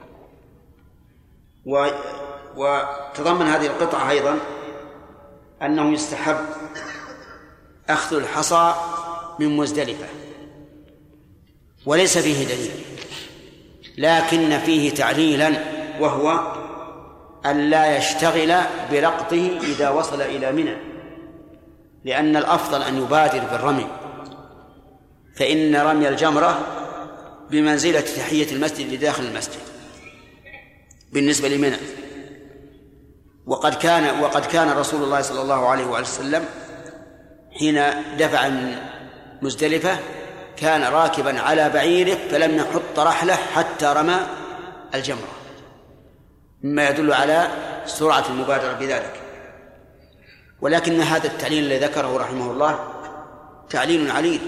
وتضمن هذه القطعة أيضا أنه يستحب أخذ الحصى من مزدلفة، وليس فيه دليل، لكن فيه تعليلا، وهو أن لا يشتغل بلقطه إذا وصل إلى منى، لأن الأفضل أن يبادر بالرمي، فإن رمي الجمرة بمنزلة تحية المسجد لداخل المسجد بالنسبة لمنى. وقد كان رسول الله صلى الله عليه وسلم حين دفع من مزدلفة كان راكبا على بعيره فلم يحط رحله حتى رمى الجمرة، مما يدل على سرعة المبادرة بذلك. ولكن هذا التعليل الذي ذكره رحمه الله تعليل عليل،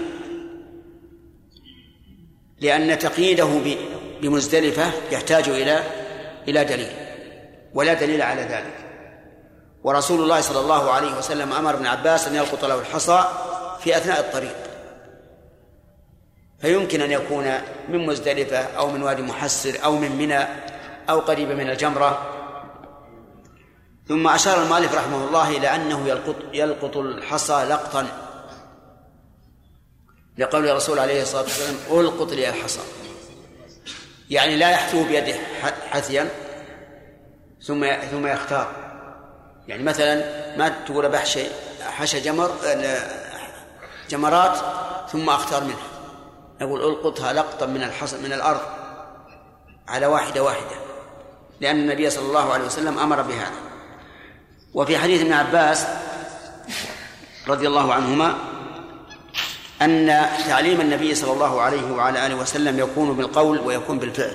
لأن تقييده بمزدلفة يحتاج إلى دليل، ولا دليل على ذلك. ورسول الله صلى الله عليه وسلم أمر ابن عباس أن يلقط له الحصى في أثناء الطريق، فيمكن أن يكون من مزدلفة أو من وادي محسر أو من منى أو قريبا من الجمرة. ثم أشار المؤلف رحمه الله إلى أنه يلقط الحصى لقطا، لقول الرسول عليه الصلاة والسلام ألقط لي الحصى، يعني لا يحثو بيده حثيا ثم يختار. يعني مثلا ما تقول حشى جمرات ثم أختار منها، نقول ألقطها لقطا من الأرض على واحدة واحدة، لأن النبي صلى الله عليه وسلم أمر بهذا. وفي حديث ابن عباس رضي الله عنهما أن تعليم النبي صلى الله عليه وعلى آله وسلم يكون بالقول ويكون بالفعل،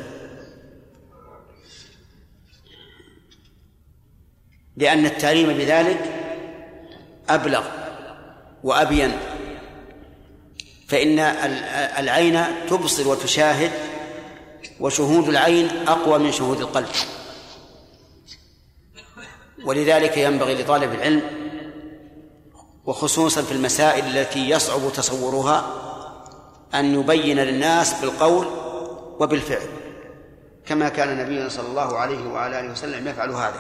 لأن التعليم بذلك أبلغ وأبين، فإن العين تبصر وتشاهد، وشهود العين أقوى من شهود القلب. ولذلك ينبغي لطالب العلم، وخصوصا في المسائل التي يصعب تصورها، أن يبين للناس بالقول وبالفعل، كما كان النبي صلى الله عليه وعلى آله وسلم يفعل هذا.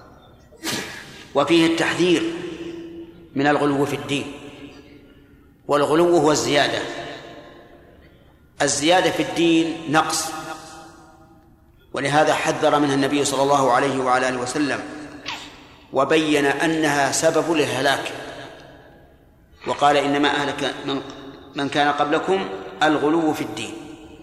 وفيه التحذير من الغلو في الدين، والغلو هو الزيادة في الدين نقص، ولهذا حذر منها النبي صلى الله عليه وعلى آله وسلم، وبين أنها سبب للهلاك، وقال إنما أهلك من كان قبلكم الغلو في الدين.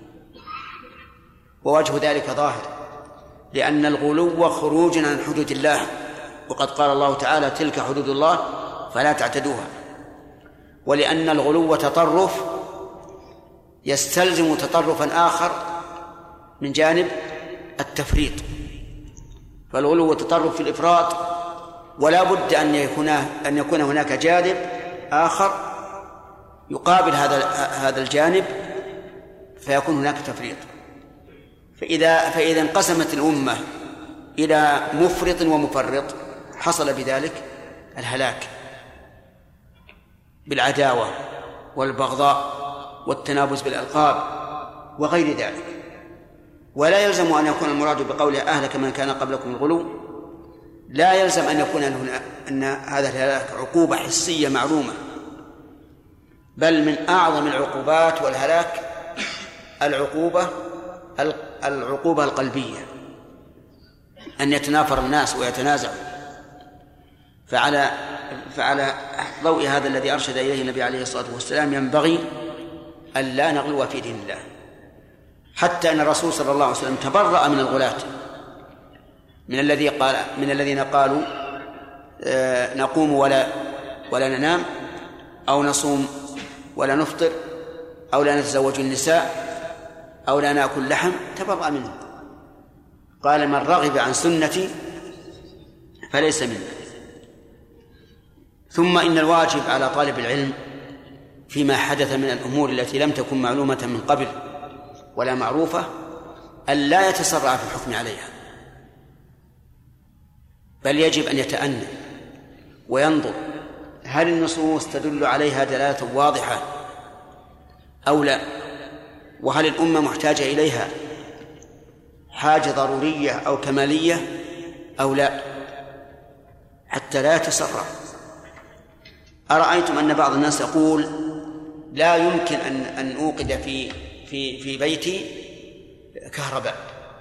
ووجه ذلك ظاهر، لأن الغلو خروج عن حدود الله، وقد قال الله تعالى تلك حدود الله فلا تعتدوها. ولأن الغلو تطرف يستلزم تطرفا آخر من جانب التفريط، فالغلو تطرف في الإفراط، ولا بد أن يكون هناك جانب آخر يقابل هذا الجانب فيكون هناك تفريط. فإذا انقسمت الأمة إلى مفرط ومفرط حصل بذلك الهلاك بالعداوة والبغضاء والتنابز بالألقاب وغير ذلك. ولا يلزم أن يكون المراد بقوله أهلك من كان قبلكم الغلو، لا يلزم أن يكون أن هذا الهلاك عقوبة حسية معلومة، بل من أعظم العقوبات والهلاك العقوبة القلبية، أن يتنافر الناس ويتنازعوا. فعلى ضوء هذا الذي أرشد إليه النبي عليه الصلاة والسلام ينبغي أن لا نغلو في دين الله، حتى أن الرسول صلى الله عليه وسلم تبرأ من الغلاة، من الذين قالوا نقوم ولا ننام، أو نصوم ولا نفطر، أو لا نتزوج النساء أو لا نأكل لحم تبرأ منه. قال من رغب عن سنتي فليس مني. ثم إن الواجب على طالب العلم فيما حدث من الأمور التي لم تكن معلومة من قبل ولا معروفة أن لا يتسرع في الحكم عليها، بل يجب أن يتأنى وينظر هل النصوص تدل عليها دلالة واضحة أو لا، وهل الأمة محتاجة إليها حاجة ضرورية أو كمالية أو لا، حتى لا يتسرع. أرأيتم أن بعض الناس يقول لا يمكن أن أوقد في بيتي كهرباء.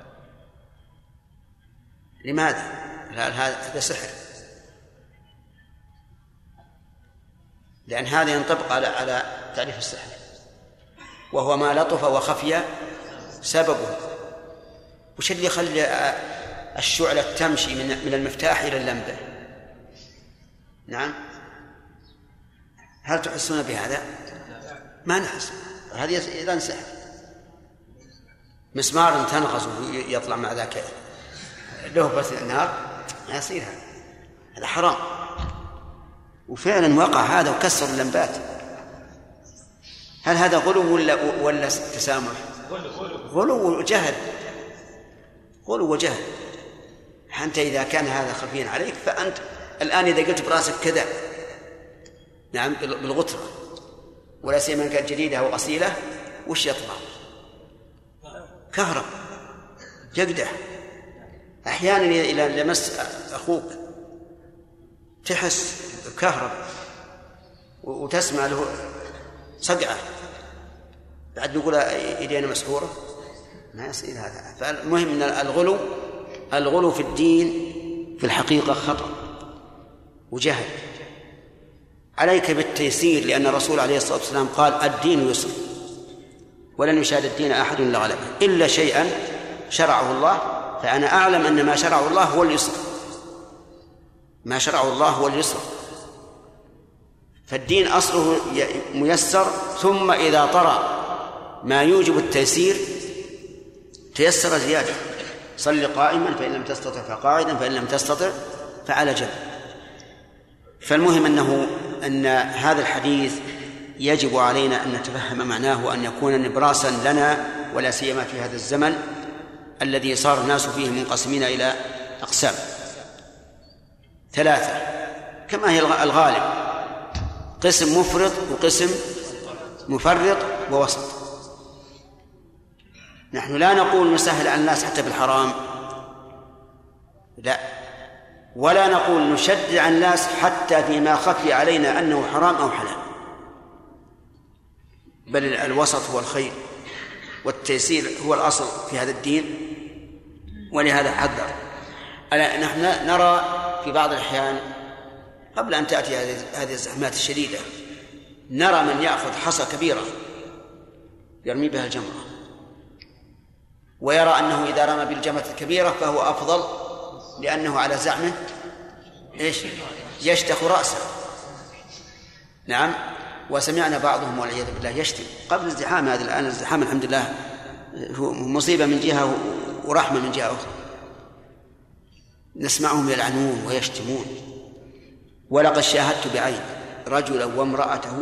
لماذا؟ هذا سحر، لأن هذا ينطبق على تعريف السحر، وهو ما لطف وخفي سببه. وش اللي يخلي الشعلة تمشي من المفتاح إلى اللمبة؟ نعم، هل تحسون بهذا؟ ما نحس. هذه إذن سحر. مسمار تنغز ويطلع مع ذاك لهبة النار، ما يصير هذا حرام. وفعلا وقع هذا وكسر اللمبات. هل هذا غلو ولا تسامح؟ غلو وجهل. غلو وجهل. أنت إذا كان هذا خفيا عليك فأنت الآن إذا قلت براسك كذا، نعم، بالغترة، ولا سيما إن كانت جديدة أو أصيلة، وش يطلع؟ كهرب يقدح. أحيانا إذا لمس أخوك تحس كهرب وتسمع له صقعة، بعد نقول إيدينا مسحورة، ما يصير هذا. فالمهم أن الغلو في الدين في الحقيقة خطأ وجهل. عليك بالتيسير، لأن الرسول عليه الصلاة والسلام قال الدين يسر ولن يشاد الدين أحد إلا غلبه إلا شيئا شرعه الله، فأنا أعلم أن ما شرعه الله هو اليسر، ما شرعه الله هو اليسر. فالدين أصله ميسر، ثم إذا طرأ ما يوجب التيسير تيسر زيادة. صل قائما فإن لم تستطع فقاعدا فإن لم تستطع فعلى جنب. فالمهم أن هذا الحديث يجب علينا أن نتفهم معناه وأن يكون نبراسا لنا، ولا سيما في هذا الزمن الذي صار الناس فيه منقسمين إلى أقسام ثلاثة كما هي الغالب: قسم مفرط وقسم مفرط ووسط. نحن لا نقول نسهل على الناس حتى بالحرام، لا، ولا نقول نشدد على الناس حتى فيما خفي علينا أنه حرام أو حلال، بل الوسط هو الخير، والتيسير هو الأصل في هذا الدين. ولهذا حذر. نحن نرى في بعض الأحيان قبل أن تأتي هذه الزحمات الشديدة، نرى من يأخذ حصى كبيرة يرمي بها الجمرة، ويرى أنه إذا رمى بالجمرة الكبيرة فهو أفضل، لأنه على زعمه يشتخ رأسه. نعم، وسمعنا بعضهم والعياذ بالله يشتم قبل الازدحام. هذا الآن الازدحام الحمد لله مصيبة من جهة ورحمة من جهة أخرى، نسمعهم يلعنون ويشتمون. ولقد شاهدت بعين رجلا وامرأته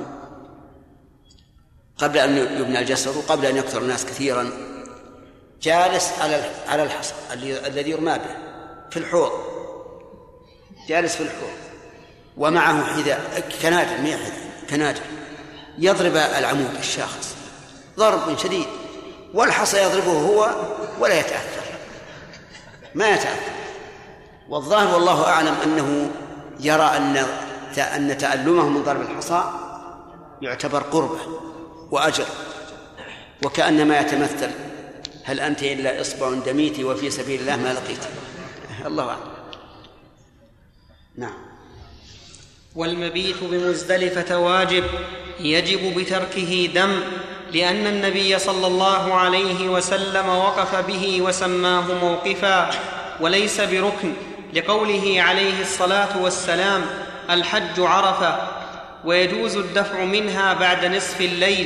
قبل أن يبنى الجسر وقبل أن يكثر الناس كثيرا، جالس على الحصى الذي يرمى به في الحوض، جالس في الحوض ومعه حذاء كنادر، مية كنادر، يضرب العمود الشاخص ضرب شديد، والحصى يضربه هو ولا يتأثر، ما يتأثر. والظاهر والله أعلم أنه يرى أن تألمه من ضرب الحصى يعتبر قربة وأجر، وكأنما يتمثل: هل أنت إلا إصبع دميتي وفي سبيل الله ما لقيت. الله أعلم. نعم. والمبيت بمزدلفة واجب، يجب بتركه دم، لأن النبي صلى الله عليه وسلم وقف به وسماه موقفا وليس بركن، لقوله عليه الصلاة والسلام: الحج عرفة. ويجوز الدفع منها بعد نصف الليل،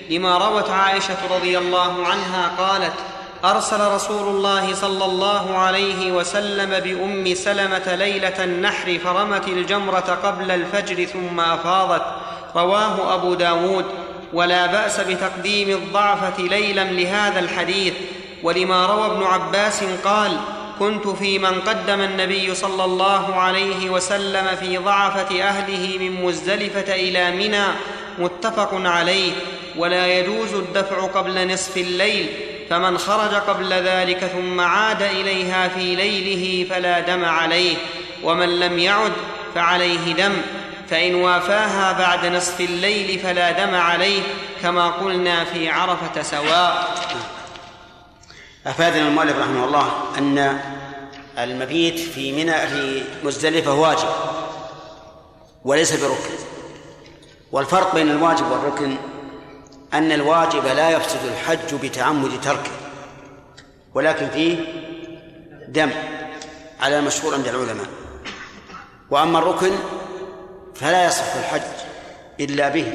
لما روت عائشة رضي الله عنها قالت: أرسل رسول الله صلى الله عليه وسلم بأم سلمة ليلة النحر فرمت الجمرة قبل الفجر ثم أفاضت. رواه أبو داود. ولا بأس بتقديم الضعفة ليلا لهذا الحديث. ولما روى ابن عباس قال: كنت في من قدم النبي صلى الله عليه وسلم في ضعفة أهله من مزدلفة إلى منى، متفق عليه. ولا يجوز الدفع قبل نصف الليل، فمن خرج قبل ذلك ثم عاد إليها في ليله فلا دم عليه، ومن لم يعد فعليه دم، فإن وافاها بعد نصف الليل فلا دم عليه، كما قلنا في عرفة سواء. أفادنا المؤلف رحمه الله أن المبيت في مزدلفة واجب وليس بركن. والفرق بين الواجب والركن أن الواجب لا يفسد الحج بتعمد تركه، ولكن فيه دم على المشهور عند العلماء. وأما الركن فلا يصح الحج إلا به،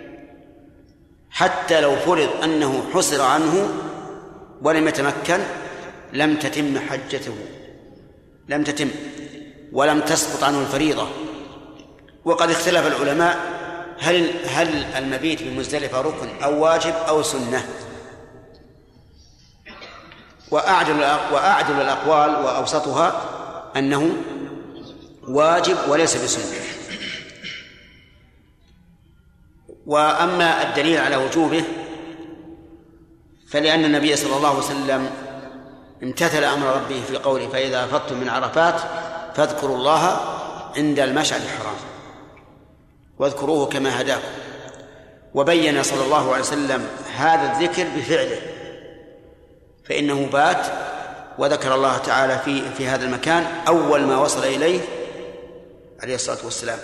حتى لو فرض أنه حصر عنه ولم يتمكن لم تتم حجته، لم تتم ولم تسقط عنه الفريضة. وقد اختلف العلماء هل المبيت بمزدلفة ركن أو واجب أو سنة. وأعدل الأقوال وأوسطها أنه واجب وليس بسنة. وأما الدليل على وجوبه فلأن النبي صلى الله عليه وسلم امتثل أمر ربه في قوله: فإذا أفضتم من عرفات فاذكروا الله عند المشعر الحرام واذكروه كما هداكم. وبين صلى الله عليه وسلم هذا الذكر بفعله، فإنه بات وذكر الله تعالى في هذا المكان أول ما وصل إليه عليه الصلاة والسلام،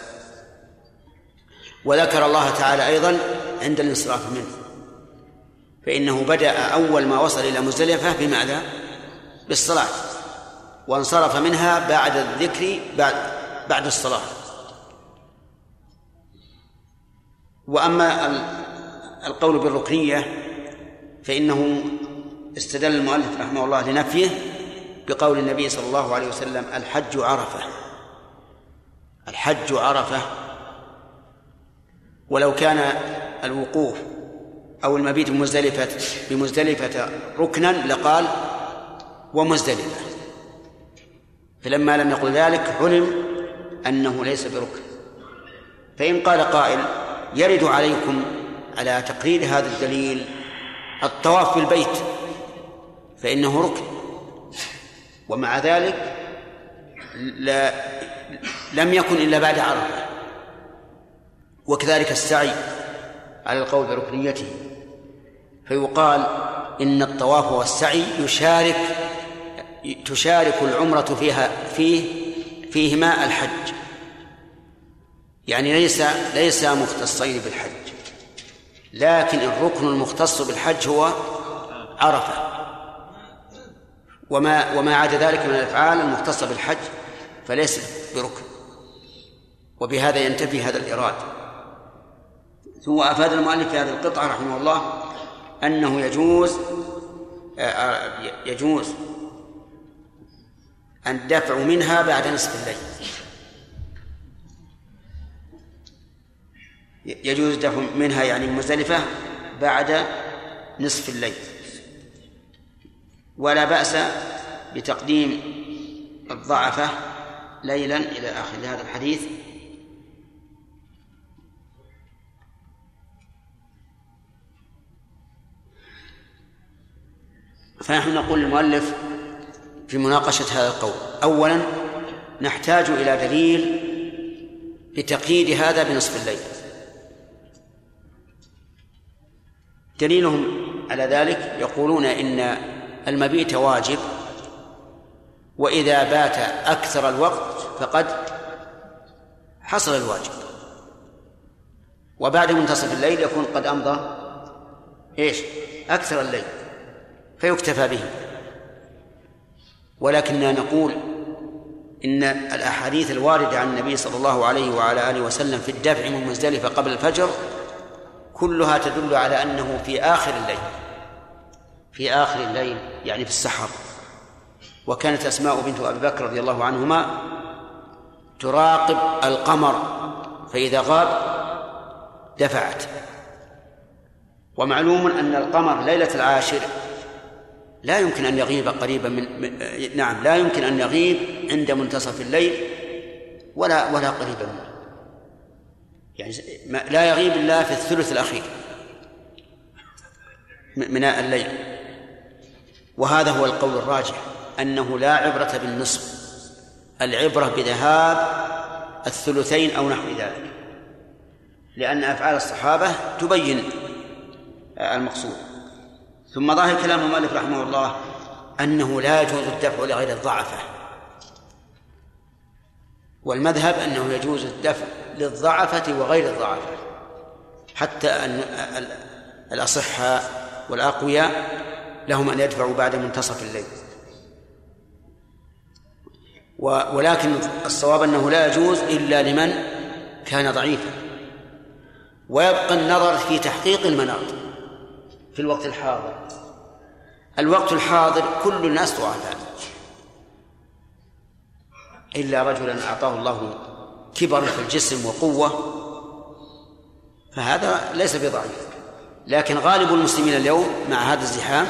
وذكر الله تعالى أيضا عند الانصراف منه، فإنه بدأ أول ما وصل إلى مزدلفة بماذا؟ بالصلاة، وانصرف منها بعد الذكر بعد الصلاة. وأما القول بالركنية فإنه استدل المؤلف رحمه الله لنفيه بقول النبي صلى الله عليه وسلم: الحج عرفة. الحج عرفة. ولو كان الوقوف أو المبيت بمزدلفة ركنا لقال: ومزدلفة. فلما لم يقل ذلك علم أنه ليس بركن. فإن قال قائل: يرد عليكم على تقرير هذا الدليل الطواف بالبيت، فإنه ركن، ومع ذلك لم يكن إلا بعد عرفة. وكذلك السعي على القول بركنيته، فيقال إن الطواف والسعي تشارك العمرة فيهما الحج، يعني ليس مختصين بالحج، لكن الركن المختص بالحج هو عرفة، وما عدا ذلك من الأفعال المختصة بالحج فليس بركن. وبهذا ينتفي هذا الإراد. ثم أفاد المؤلف في هذه القطعة رحمه الله أنه يجوز الدفع منها بعد نصف الليل، يجوز الدفع منها يعني مزدلفة بعد نصف الليل، ولا بأس بتقديم الضعفة ليلا إلى آخر هذا الحديث. فنحن نقول للمؤلف في مناقشة هذا القول: أولا نحتاج إلى دليل لتقييد هذا بنصف الليل. دليلهم على ذلك يقولون إن المبيت واجب، وإذا بات أكثر الوقت فقد حصل الواجب، وبعد منتصف الليل يكون قد أمضى أكثر الليل فيكتفى به. ولكننا نقول إن الأحاديث الواردة عن النبي صلى الله عليه وعلى آله وسلم في الدفع من مزدلفة قبل الفجر كلها تدل على أنه في آخر الليل، في آخر الليل يعني في السحر. وكانت أسماء بنت أبي بكر رضي الله عنهما تراقب القمر فإذا غاب دفعت. ومعلوم أن القمر ليلة العاشر لا يمكن أن يغيب قريبا نعم لا يمكن أن يغيب عند منتصف الليل ولا قريبا منه، يعني لا يغيب إلا في الثلث الأخير من الليل. وهذا هو القول الراجح، أنه لا عبرة بالنصف، العبرة بذهاب الثلثين أو نحو ذلك، لأن أفعال الصحابة تبين المقصود. ظاهر كلام المؤلف رحمه الله أنه لا يجوز الدفع لغير الضعفة، والمذهب أنه يجوز الدفع للضعفة وغير الضعفة، حتى أن الأصحاء والأقوياء لهم أن يدفعوا بعد منتصف الليل. ولكن الصواب أنه لا يجوز إلا لمن كان ضعيفا. ويبقى النظر في تحقيق المناط في الوقت الحاضر. الوقت الحاضر كل الناس ضعفاء إلا رجلا أعطاه الله كبر في الجسم وقوة، فهذا ليس بضعيف. لكن غالب المسلمين اليوم مع هذا الزحام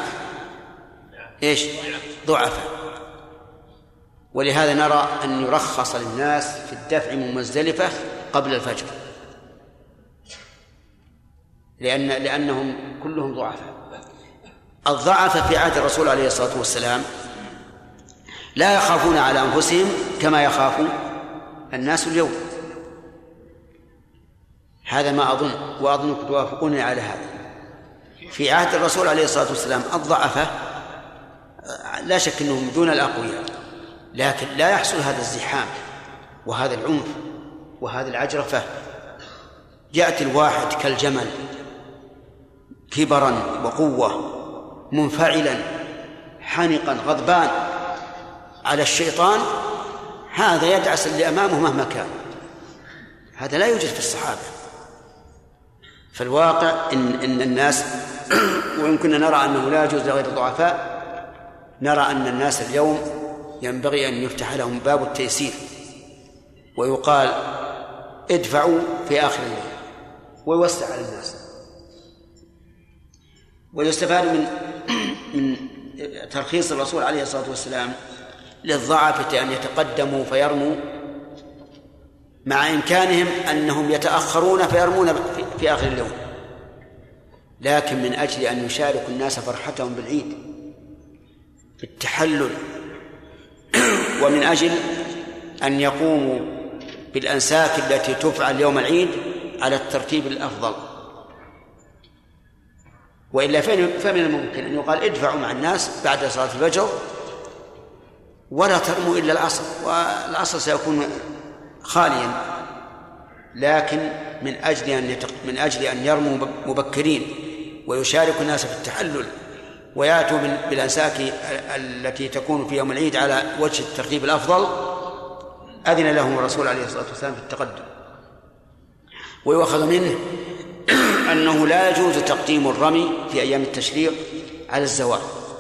ضعفاء. ولهذا نرى أن يرخص للناس في الدفع من مزدلفة قبل الفجر، لأنهم كلهم ضعفاء. الضعف في عهد الرسول عليه الصلاة والسلام لا يخافون على أنفسهم كما يخاف الناس اليوم. هذا ما أظن، وأظنكم توافقوني على هذا. في عهد الرسول عليه الصلاة والسلام الضعفة لا شك أنهم دون الأقوياء، لكن لا يحصل هذا الزحام وهذا العنف وهذه العجرفة. يأتي الواحد كالجمل كبرا وقوة، منفعلا حانقا غضبان على الشيطان، هذا يدعس اللي أمامه مهما كان. هذا لا يوجد في الصحابة. فالواقع إن الناس وإن كنا نرى أنه لا يجوز لغير الضعفاء، نرى أن الناس اليوم ينبغي أن يفتح لهم باب التيسير، ويقال ادفعوا في آخر الليل ويوسع على الناس. ويستفاد من ترخيص الرسول عليه الصلاة والسلام للضعفة أن يتقدموا فيرموا، مع إمكانهم أنهم يتأخرون فيرمون في آخر اليوم، لكن من أجل أن يشاركوا الناس فرحتهم بالعيد بالتحلل، ومن أجل أن يقوموا بالأنساك التي تفعل يوم العيد على الترتيب الأفضل. وإلا فمن الممكن أن يقال ادفعوا مع الناس بعد صلاة الفجر ولا ترموا إلا العصر، والعصر سيكون خاليا. لكن من أجل أن يرموا مبكرين ويشاركوا الناس في التحلل ويأتوا بالأنساك التي تكون في يوم العيد على وجه الترتيب الأفضل، أذن لهم الرسول عليه الصلاة والسلام في التقدم. ويؤخذ منه أنه لا يجوز تقديم الرمي في أيام التشريق على الزوال.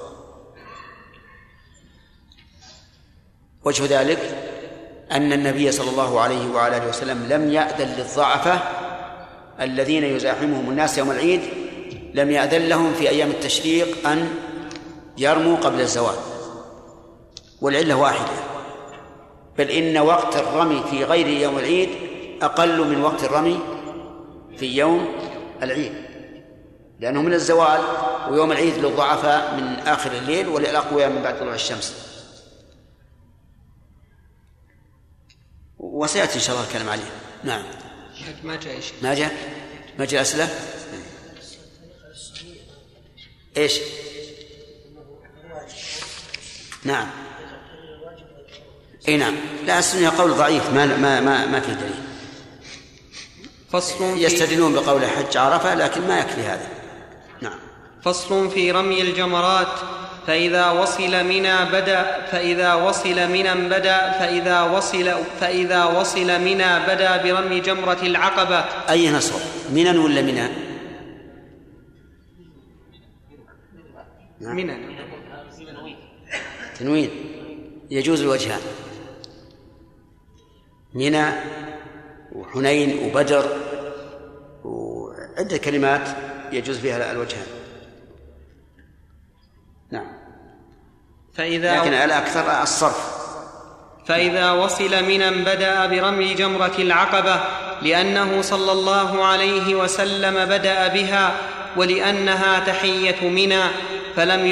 وجه ذلك أن النبي صلى الله عليه وعلى آله وسلم لم يأذن للضعفة الذين يزاحمهم الناس يوم العيد، لم يأذن لهم في أيام التشريق أن يرموا قبل الزوال، والعلة واحدة، بل إن وقت الرمي في غير يوم العيد أقل من وقت الرمي في يوم العيد، لأنه من الزوال، ويوم العيد للضعفاء من آخر الليل وللأقوياء من بعد طلوع الشمس. وسيأتي إن شاء الله الكلام عليه. نعم. ما جاء أسئلة. إيش؟ نعم. إيه نعم. لا، السنة قول ضعيف ما فيه دليل. يستدلون بقول حج عرفة، لكن ما يكفي هذا. نعم. فصل في رمي الجمرات. فإذا وصل منى بدا برمي جمرة العقبة. أي نصر، منى ولا منى؟ منى. تنوين يجوز الوجهان، منى وحنين وبدر وعدة كلمات يجوز فيها الوجهان. نعم. لكن الأكثر الصرف. فإذا وصل منى بدأ برمي جمرة العقبة، لأنه صلى الله عليه وسلم بدأ بها ولأنها تحية منى، فلم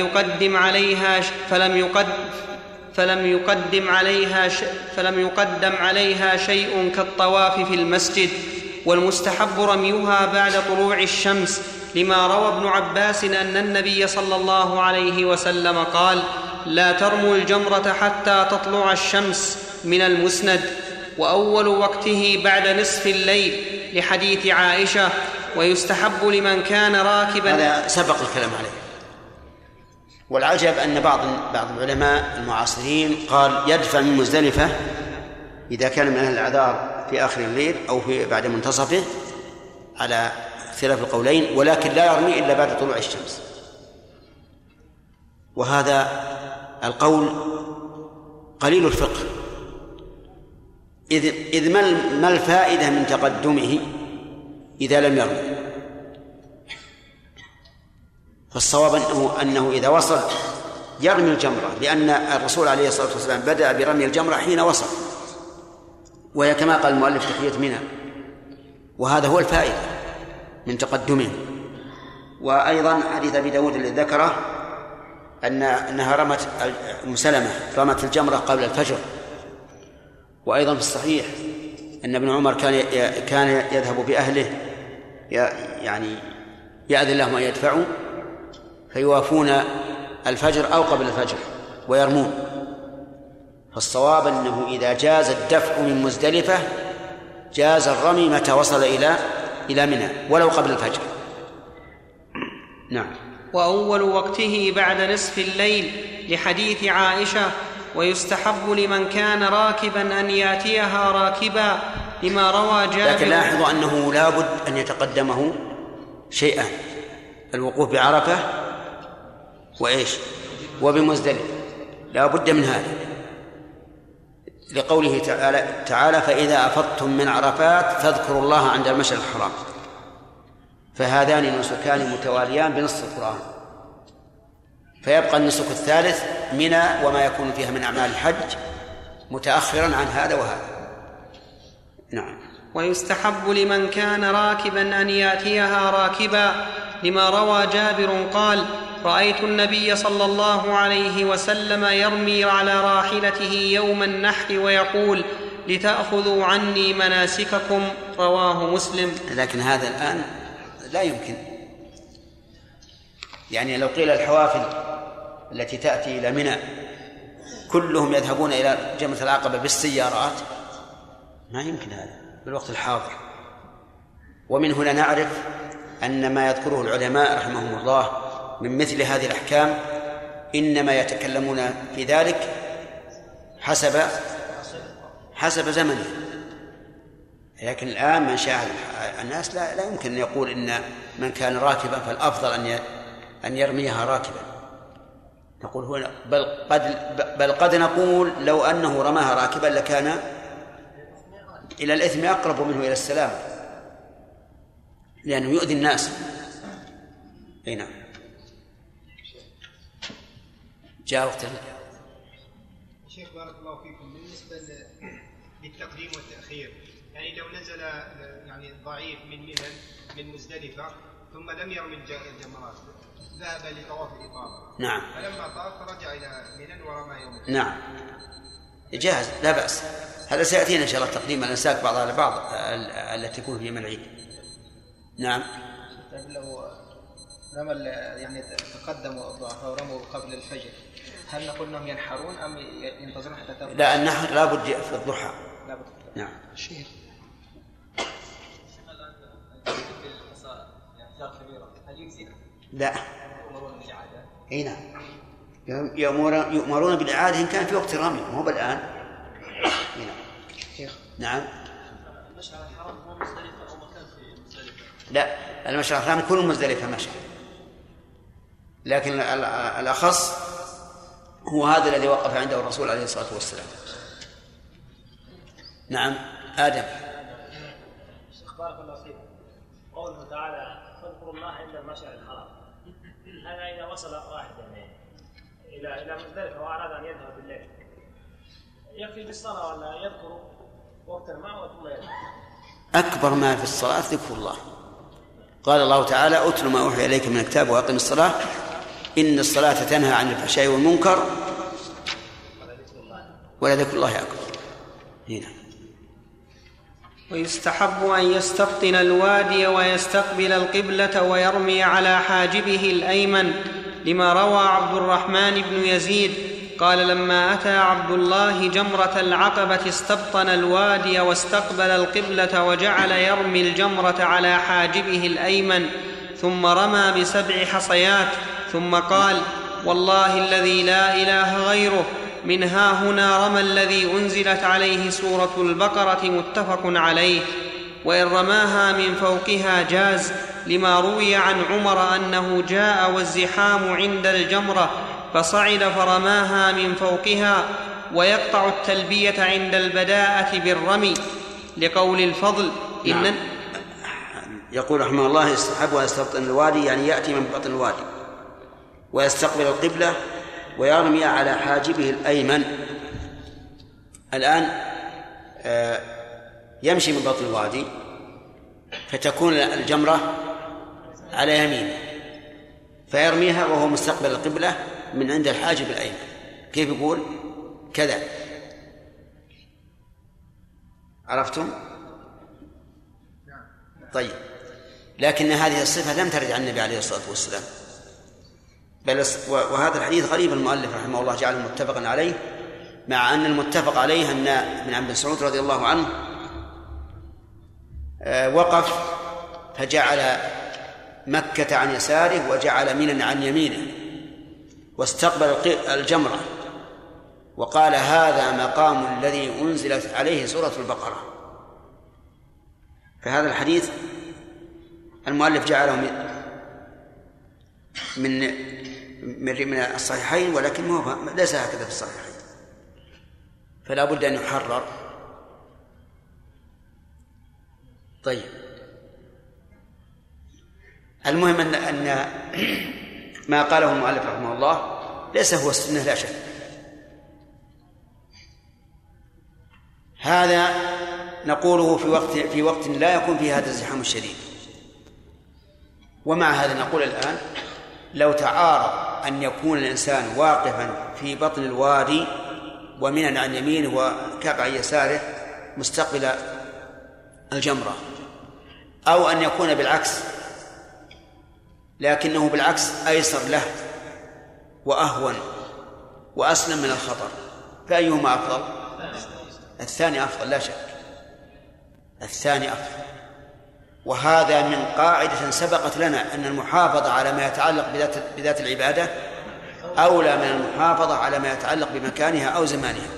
يقدم عليها شيء كالطواف في المسجد. والمستحب رميها بعد طلوع الشمس، لما روى ابن عباس أن النبي صلى الله عليه وسلم قال: لا ترموا الجمرة حتى تطلع الشمس، من المسند. وأول وقته بعد نصف الليل، لحديث عائشة: ويستحب لمن كان راكبا. هذا سبق الكلام عليه. والعجب أن بعض العلماء المعاصرين قال يدفع من مزدلفة إذا كان من أهل الأعذار في آخر الليل أو بعد منتصفه، على اختلاف القولين، ولكن لا يرمي إلا بعد طلوع الشمس. وهذا القول قليل الفقه، إذ ما الفائدة من تقدمه إذا لم يرمي؟ فالصواب أنه إذا وصل يرمي الجمرة، لأن الرسول عليه الصلاة والسلام بدأ برمي الجمرة حين وصل، وهي كما قال المؤلف تحية منى، وهذا هو الفائدة من تقدمه. وأيضا حديث أبي داود الذي ذكره أنها رمت سلمة رمت الجمرة قبل الفجر. وأيضا في الصحيح أن ابن عمر كان يذهب بأهله يعني يأذن لهم أن يدفعوا فيوافون الفجر أو قبل الفجر ويرمون. فالصواب أنه إذا جاز الدفع من مزدلفة جاز الرمي متى وصل إلى منى ولو قبل الفجر. نعم. وأول وقته بعد نصف الليل، لحديث عائشة: ويستحب لمن كان راكبا أن يأتيها راكبا، لما روى جابر. لكن لاحظوا أنه لا بد أن يتقدمه شيئا: الوقوف بعرفة وإيش وبمزدلفة، لا بد من هذا، لقوله تعالى: فإذا أفضتم من عرفات فاذكروا الله عند المشعر الحرام. فهذان نسكان متواليان بنص القرآن، فيبقى النسك الثالث منى وما يكون فيها من أعمال الحج متأخرا عن هذا وهذا. نعم. ويستحب لمن كان راكبا أن يأتيها راكبا، لما روى جابر قال: رأيت النبي صلى الله عليه وسلم يرمي على راحلته يوم النحر ويقول: لتأخذوا عني مناسككم، رواه مسلم. لكن هذا الآن لا يمكن، يعني لو قيل الحوافل التي تأتي إلى منى كلهم يذهبون إلى جمرة العقبة بالسيارات، ما يمكن هذا بالوقت الحاضر. ومن هنا نعرف أن ما يذكره العلماء رحمهم الله من مثل هذه الأحكام إنما يتكلمون في ذلك حسب زمنه. لكن الآن من شاهد الناس لا يمكن أن يقول إن من كان راكبا فالأفضل أن يرميها راكبا. نقول هنا بل قد نقول لو أنه رماها راكبا لكان إلى الإثم أقرب منه إلى السلام، لأنه يؤذي الناس. هنا جاء وقت شيخ بارك الله فيكم، بالنسبة للتقديم والتأخير، يعني لو نزل يعني ضعيف من مزدلفة ثم لم يرمي الجمرات، ذهب لطواف الإفاضة. نعم. فلما طاف رجع إلى منى ورمى يوم. نعم، جاهز لا بأس. هذا سيأتينا إن شاء الله تقديم الأنساك بعضها لبعض التي تكون في يوم العيد. نعم. لو رمى يعني تقدموا الضعفاء ورموا قبل الفجر، هل نقول انهم ينحرون ام ينتظرون حتى تطلع؟ لا، النحر لابد في الضحى. لابد. نعم. شيخ لا. اي نعم، يؤمرون بالإعادة إن كان في وقت الرمي، مو بالآن. نعم. المشعر الحرام هو مزدلفة أو مكان في مزدلفة؟ لا، المشعر الحرام كل مزدلفة مشعر، لكن الأخص هو هذا الذي وقف عنده الرسول عليه الصلاة والسلام. نعم آدم. بارك الله فيك. قوله تعالى فاذكروا الله عند المشعر الحرام، هذا إذا وصل واحد يعني إلى مزدلفة وأراد أن يذهب بالليل يكفي بالصلاة ولا يذكر وقت ما ثم يذهب؟ أكبر ما في الصلاة ذكر الله. قال الله تعالى أتل ما أوحي إليك من الكتاب وأقم الصلاة إن الصلاة تنهى عن الفحشاء والمنكر ولذكر الله أكبر. هنا ويستحب أن يستبطن الوادي ويستقبل القبلة ويرمي على حاجبه الأيمن، لما روى عبد الرحمن بن يزيد قال لما أتى عبد الله جمرة العقبة استبطن الوادي واستقبل القبلة وجعل يرمي الجمرة على حاجبه الأيمن، ثم رمى ب7 حصيات، ثم قال والله الذي لا إله غيره من ها هنا رمى الذي أنزلت عليه سورة البقرة متفق عليه. وإن رماها من فوقها جاز، لما روي عن عمر أنه جاء والزحام عند الجمرة فصعد فرماها من فوقها. ويقطع التلبية عند البداءة بالرمي، لقول الفضل نعم. يقول رحمه الله يستحب أن يستبطن الوادي، يعني يأتي من بطن الوادي ويستقبل القبلة ويرمي على حاجبه الأيمن. الآن يمشي من بطن الوادي فتكون الجمرة على يمينه فيرميها وهو مستقبل القبلة من عند الحاجب الأيمن. كيف يقول كذا؟ عرفتم؟ طيب، لكن هذه الصفة لم ترد عن النبي عليه الصلاة والسلام، بل وهذا الحديث غريب. المؤلف رحمه الله جعله متفقا عليه، مع أن المتفق عليه أن ابن عبد مسعود رضي الله عنه وقف فجعل مكة عن يساره وجعل منى عن يمينه واستقبل الجمرة وقال هذا مقام الذي أنزلت عليه سورة البقرة. فهذا الحديث المؤلف جعله من الصحيحين، ولكنه ليس هكذا في الصحيحين، فلا بد أن يحرر. طيب، المهم أن ما قاله المؤلف رحمه الله ليس هو السنة لا شك. هذا نقوله في وقت لا يكون فيه هذا الزحام الشديد. ومع هذا نقول الآن لو تعارض أن يكون الإنسان واقفا في بطن الوادي ومنى عن يمينه وكعب عن يساره مستقبل الجمرة، أو أن يكون بالعكس لكنه بالعكس أيسر له وأهون وأسلم من الخطر، فأيهما أفضل؟ الثاني أفضل لا شك، الثاني أفضل. وهذا من قاعدة سبقت لنا أن المحافظة على ما يتعلق بذات العبادة أولى من المحافظة على ما يتعلق بمكانها أو زمانها.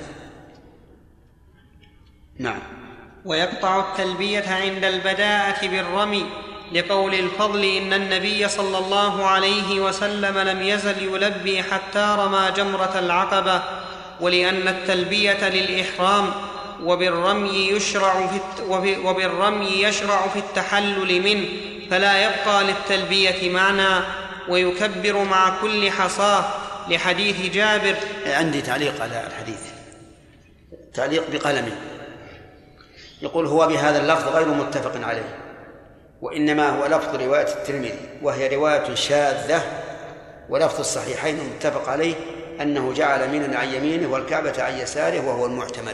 نعم. ويقطع التلبية عند البداءة بالرمي، لقول الفضل إن النبي صلى الله عليه وسلم لم يزل يلبي حتى رمى جمرة العقبة، ولأن التلبية للإحرام وبالرمي يشرع في التحلل منه، فلا يبقى للتلبية معنى، ويكبر مع كل حصاه، لحديث جابر. عندي تعليق على الحديث، تعليق بقلمه، يقول هو بهذا اللفظ غير متفق عليه، وإنما هو لفظ رواية الترمذي، وهي رواية شاذة، ولفظ الصحيحين متفق عليه أنه جعل منى عن يمينه والكعبة عن يساره وهو المعتمد.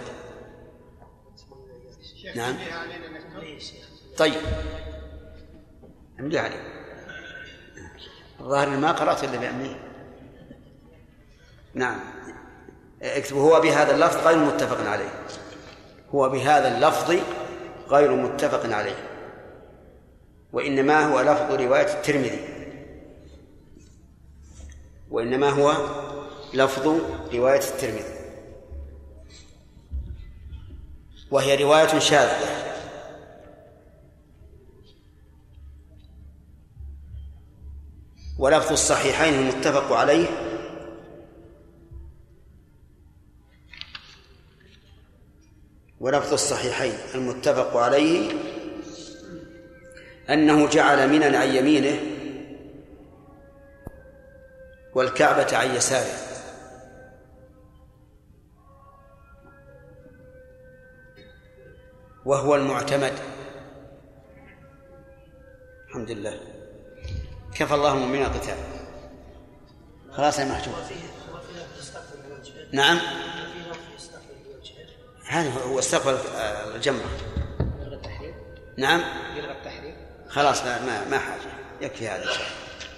نعم. طيب، أملي عليه الظاهر ما قرأت إلا بأمني. نعم، اكتبوا هو بهذا اللفظ غير متفق عليه، هو بهذا اللفظ غير متفق عليه، وإنما هو لفظ رواية الترمذي، وإنما هو لفظ رواية الترمذي، وهي رواية شاذة. ولفظ الصحيحين المتفق عليه أنه جعل منى عن يمينه والكعبة عن يساره، وهو المعتمد. الحمد لله، كفى الله المؤمنين القتال. خلاص يا محجوب. نعم، هذا هو استقبل الجمرة. نعم، خلاص ما حاجة، يكفي هذا الشيء.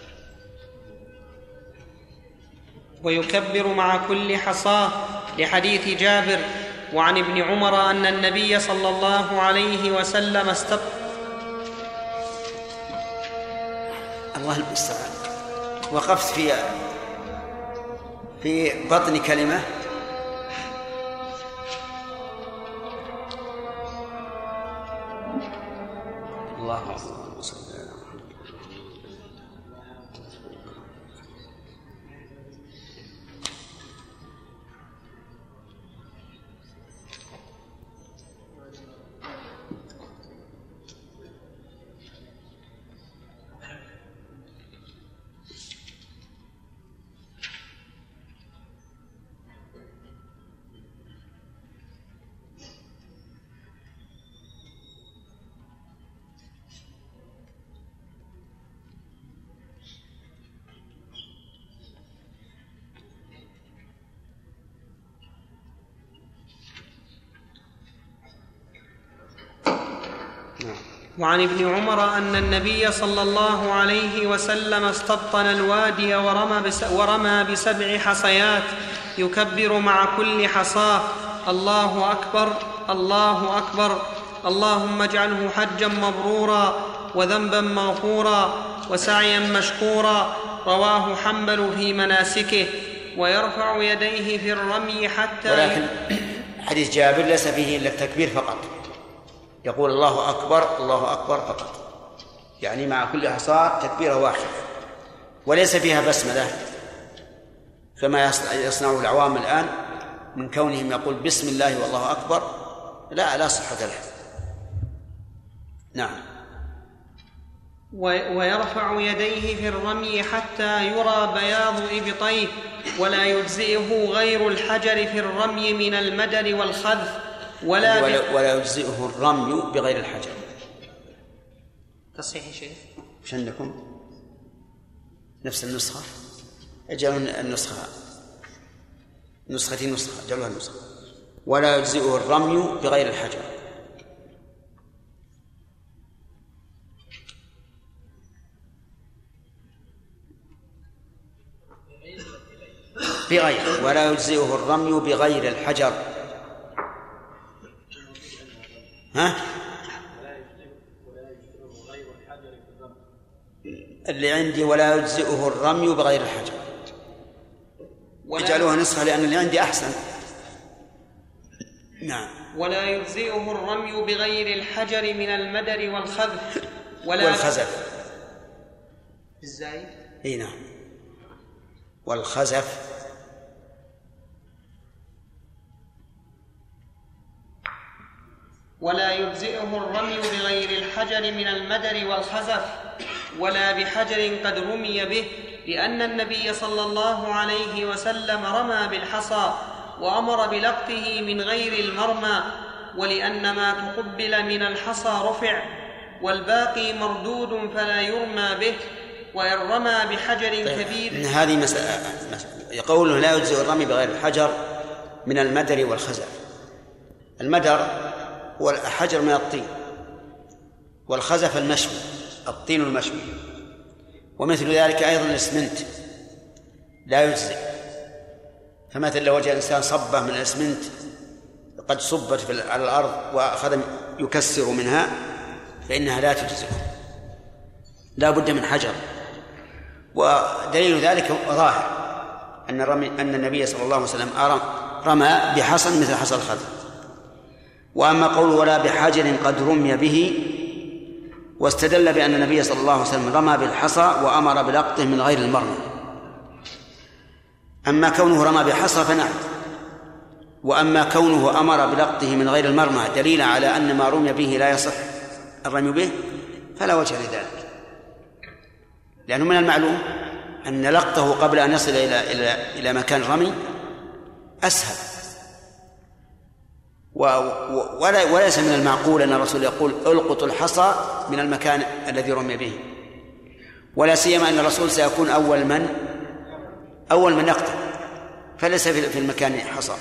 ويكبر مع كل حصاة لحديث جابر وعن ابن عمر أن النبي صلى الله عليه وسلم الله المستعان. وقفت في بطن كلمة الله أكبر. وعن ابن عمر أن النبي صلى الله عليه وسلم استبطن الوادي ورمى ب7 حصيات يكبر مع كل حصاة: الله أكبر الله أكبر، اللهم اجعله حجا مبرورا وذنبا مغفورا وسعيا مشكورا. رواه حنبل في مناسكه. ويرفع يديه في الرمي حتى، ولكن حديث جابر ليس فيه إلا التكبير فقط، يقول الله أكبر الله أكبر فقط، يعني مع كل حصاة تكبيرة واحدة، وليس فيها بسملة كما يصنع العوام الآن من كونهم يقول بسم الله والله أكبر. لا صحة له. نعم. ويرفع يديه في الرمي حتى يرى بياض إبطيه، ولا يجزئه غير الحجر في الرمي من المدر والخذف، ولا يجزئه الرمي بغير الحجر. تصحيح شيء وش عندكم؟ نفس النسخة؟ اجعلوا نسختي نسخة، اجعلوها النسخة. ولا يجزئه الرمي بغير الحجر. بغير، ولا يجزئه الرمي بغير الحجر. ها؟ اللي عندي ولا يجزئه الرمي بغير الحجر، اجعلوها نسخة لأن اللي عندي أحسن. نعم. ولا يجزئه الرمي بغير الحجر من المدر والخذف والخزف. بالزايد. اي نعم. والخزف ولا يجزئه الرمي بغير الحجر من المدر والخزف ولا بحجر قد رمي به، لأن النبي صلى الله عليه وسلم رمى بالحصى وأمر بلقطه من غير المرمى، ولأن ما تقبل من الحصى رفع والباقي مردود فلا يرمى به، وإن رمى بحجر كبير. هذه مسألة. يقول لا يجزئ الرمي بغير الحجر من المدر والخزف. المدر هو الحجر من الطين، والخزف المشوي، الطين المشوي، ومثل ذلك أيضا الإسمنت لا يجزئ. فمثل لو وجد إنسان صبة من الإسمنت قد صبت على الأرض وأخذ يكسر منها فإنها لا تجزئ، لا بد من حجر. ودليل ذلك ظاهر أن النبي صلى الله عليه وسلم رمى بحصى مثل حصى الخذف. وأما قول ولا بحجر قد رمي به واستدل بأن النبي صلى الله عليه وسلم رمى بالحصى وأمر بلقطه من غير المرمى. أما كونه رمى بالحصى فنعم، وأما كونه أمر بلقطه من غير المرمى دليل على أن ما رمي به لا يصح الرمي به فلا وجه لذلك، لأنه من المعلوم أن لقطه قبل أن يصل إلى مكان الرمي أسهل، وليس من المعقول أن الرسول يقول ألقط الحصى من المكان الذي رمي به، ولا سيما أن الرسول سيكون أول من يقطع، فليس في المكان حصى.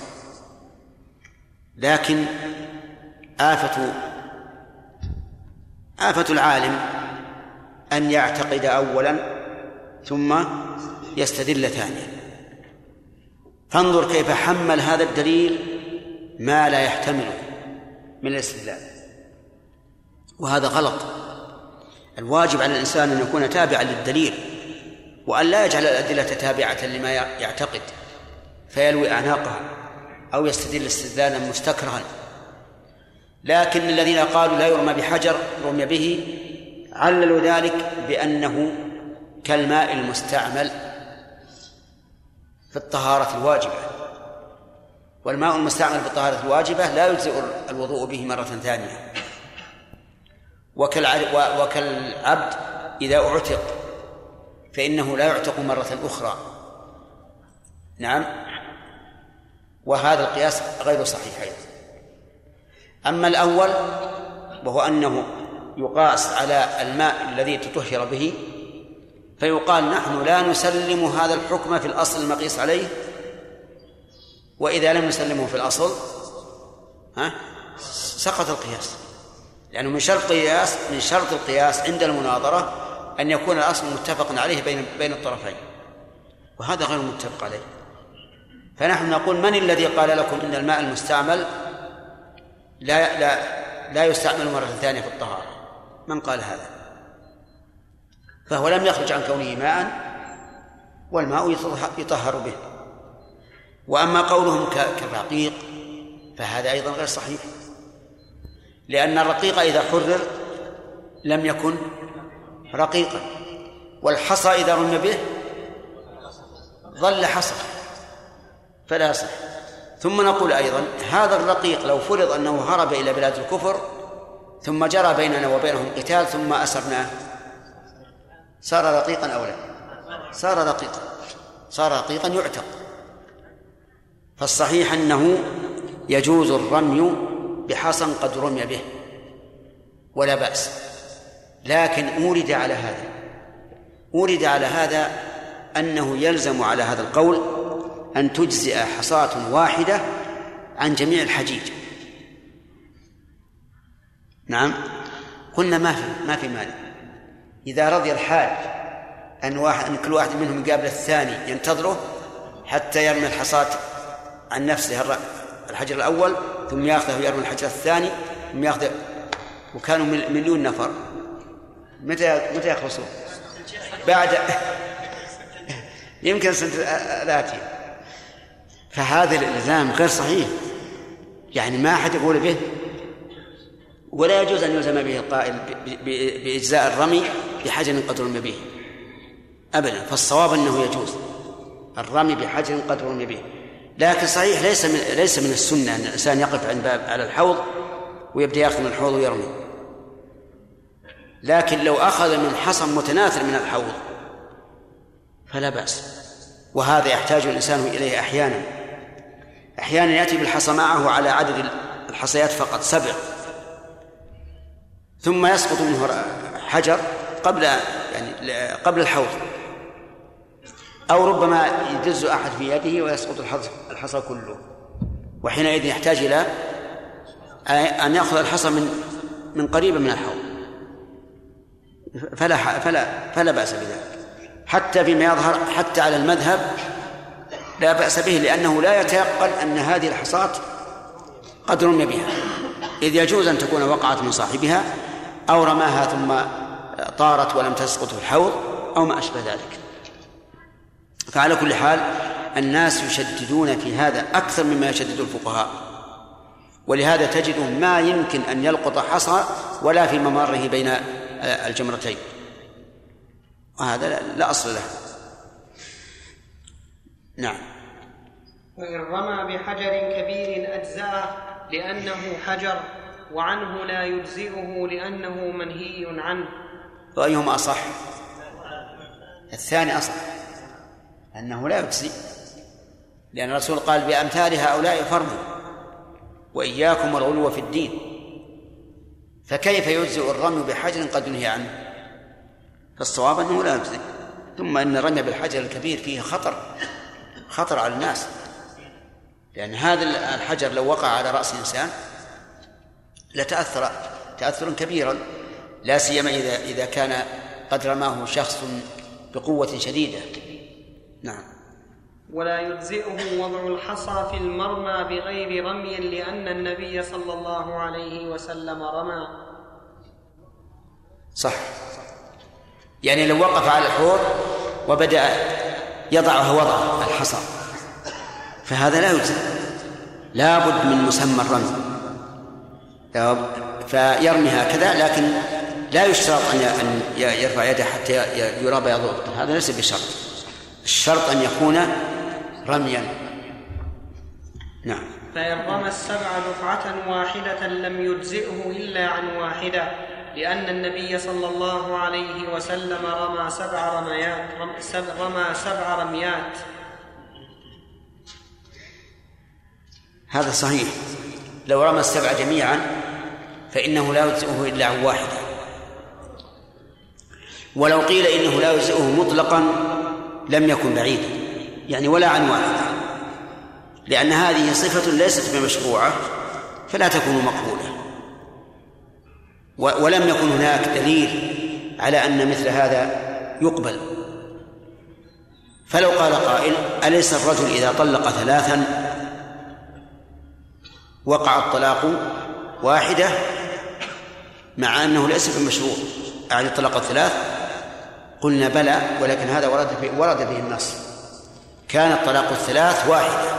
لكن آفة العالم أن يعتقد أولا ثم يستدل ثانيا، فانظر كيف حمل هذا الدليل ما لا يحتمله من الاستدلال، وهذا غلط. الواجب على الإنسان أن يكون تابعا للدليل، وأن لا يجعل الأدلة تابعة لما يعتقد فيلوي أعناقها أو يستدل استدلالا مستكرها. لكن الذين قالوا لا يرمى بحجر رمي به عللوا ذلك بأنه كالماء المستعمل في الطهارة الواجبة، والماء المستعمل في الطهارة الواجبة لا يجزئ الوضوء به مرة ثانية، وكالعبد إذا أعتق فإنه لا يعتق مرة أخرى. نعم، وهذا القياس غير صحيح أيضا. أما الأول وهو أنه يقاس على الماء الذي تطهر به، فيقال نحن لا نسلم هذا الحكم في الأصل المقيس عليه، وإذا لم نسلمه في الأصل سقط القياس، لأنه من شرط القياس عند المناظرة أن يكون الأصل متفق عليه بين الطرفين، وهذا غير متفق عليه. فنحن نقول من الذي قال لكم إن الماء المستعمل لا يستعمل مرة ثانية في الطهارة؟ من قال هذا؟ فهو لم يخرج عن كونه ماء، والماء يطهر به. وأما قولهم كالرقيق فهذا أيضا غير صحيح، لأن الرقيق إذا حرر لم يكن رقيقا، والحصى إذا رمي به ظل حصى فلا يصح. ثم نقول أيضا هذا الرقيق لو فرض أنه هرب إلى بلاد الكفر ثم جرى بيننا وبينهم قتال ثم أسرناه، صار رقيقا أو لا؟ صار رقيقا يعتق. فالصحيح أنه يجوز الرمي بحصى قد رمي به ولا بأس، لكن أورد على هذا أنه يلزم على هذا القول أن تجزئ حصاة واحدة عن جميع الحجيج. نعم، قلنا ما في مانع إذا رضي الحاج أن كل واحد منهم يقابل الثاني ينتظره حتى يرمي الحصاة عن نفسه الحجر الأول ثم يأخذه ويرمي الحجر الثاني ثم يأخذه، وكانوا 1,000,000 نفر، متى يخلصون؟ بعد يمكن سنة الآتية. فهذا الإلزام غير صحيح، يعني ما أحد يقول به، ولا يجوز أن يلزم به القائل بإجزاء الرمي بحجر قد رمي به أبدا. فالصواب أنه يجوز الرمي بحجر قد رمي به، لكن صحيح ليس من السنة أن الإنسان يقف عند باب على الحوض ويبدأ يأخذ من الحوض ويرمي. لكن لو أخذ من حصى متناثر من الحوض فلا بأس، وهذا يحتاج الإنسان إليه أحيانا يأتي بالحصى معه على عدد الحصيات فقط 7، ثم يسقط منه حجر قبل الحوض، أو ربما يدز أحد في يده ويسقط الحصى كله، وحينئذ يحتاج إلى أن يأخذ الحصى من قريب من الحوض، فلا بأس بذلك. حتى فيما يظهر حتى على المذهب لا بأس به، لأنه لا يتيقن أن هذه الحصاة قد رمي بها، إذ يجوز أن تكون وقعت من صاحبها أو رماها ثم طارت ولم تسقط في الحوض أو ما أشبه ذلك. فعلى كل حال الناس يشددون في هذا أكثر مما يشدد الفقهاء، ولهذا تجد ما يمكن أن يلقط حصى ولا في ممره الجمرتين، وهذا لا أصل له. نعم. وإن رمى بحجر كبير أجزأه لأنه حجر، وعنه لا يجزئه لأنه منهي عنه. وأيهما أصح؟ الثاني أصح، أنه لا يجزئ، لأن الرسول قال بأمثال هؤلاء فرموا وإياكم والغلو في الدين، فكيف يجزئ الرمي بحجر قد نهي عنه؟ فالصواب أنه لا يجزئ. ثم إن الرمي بالحجر الكبير فيه خطر على الناس، لأن هذا الحجر لو وقع على رأس إنسان لتأثر تأثرا كبيرا، لا سيما إذا كان قد رماه شخص بقوة شديدة. نعم. ولا يجزئه وضع الحصى في المرمى بغير رمي، لأن النبي صلى الله عليه وسلم رمى. صح، يعني لو وقف على الحوض وبدأ يضعه وضع الحصى فهذا لا يجزئ، لا بد من مسمى الرمي، فيرمي هكذا، لكن لا يشترط أن يرفع يده حتى يرى بياض وقته، هذا ليس بشرط، الشرط أن يكون رميا. نعم. فإن رمى السبع دفعة واحدة لم يجزئه إلا عن واحدة، لأن النبي صلى الله عليه وسلم رمى سبع رميات. هذا صحيح، لو رمى السبع جميعا فإنه لا يجزئه إلا عن واحدة. ولو قيل إنه لا يجزئه مطلقا لم يكن بعيدا، يعني ولا عن واحدة، لأن هذه صفة ليست بمشروعة فلا تكون مقبولة، ولم يكن هناك دليل على أن مثل هذا يقبل. فلو قال قائل أليس الرجل إذا طلق ثلاثا وقع الطلاق واحدة مع أنه ليس بمشروع، يعني طلق الثلاث؟ قلنا بلى، ولكن هذا ورد به النص، كان الطلاق الثلاث واحدة،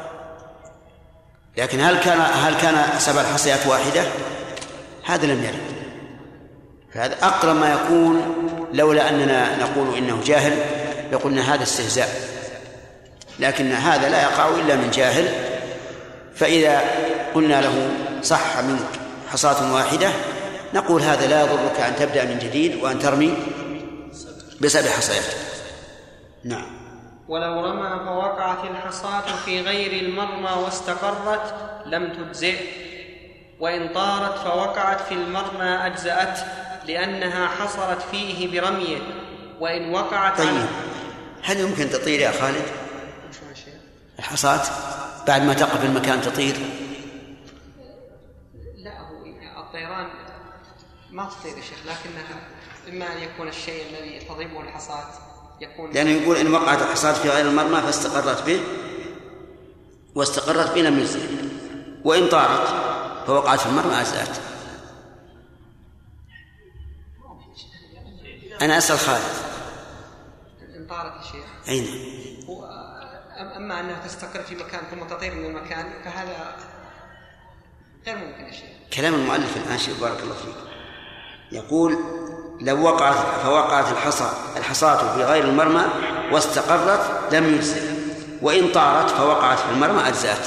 لكن هل كان سبع حصيات واحدة؟ هذا لم يرد. فهذا أقرب ما يكون، لولا أننا نقول إنه جاهل لقلنا هذا استهزاء، لكن هذا لا يقع إلا من جاهل. فإذا قلنا له صح منك حصاة واحدة نقول هذا لا يضرك أن تبدأ من جديد وأن ترمي بسبع حصيات. نعم. ولو رمى فوقعت الحصاة في غير المرمى واستقرت لم تجزئ، وإن طارت فوقعت في المرمى أجزأت، لأنها حصرت فيه برميه. وإن وقعت طيب، هل يمكن تطير يا خالد الحصاة بعد ما تقف المكان تطير؟ لا، هو الطيران ما تطير يا شيخ، لكنها إما أن يكون الشيء الذي تضربه الحصاة يكون، لأنه يقول إن وقعت الحصاة في غير المرمى فاستقرت به واستقرت به لم يجزئ، وإن طارت فوقعت في المرمى أجزأت. أنا أسأل خالد. إن طارت يا شيخ أين؟ أما أنها تستقر في مكان ثم تطير من المكان فهذا غير ممكن يا شيخ. كلام المؤلف الآن شيخ بارك الله فيك يقول لو وقعت فوقعت الحصاة في غير المرمى واستقرت لم يجزئ، وإن طارت فوقعت في المرمى أجزأت.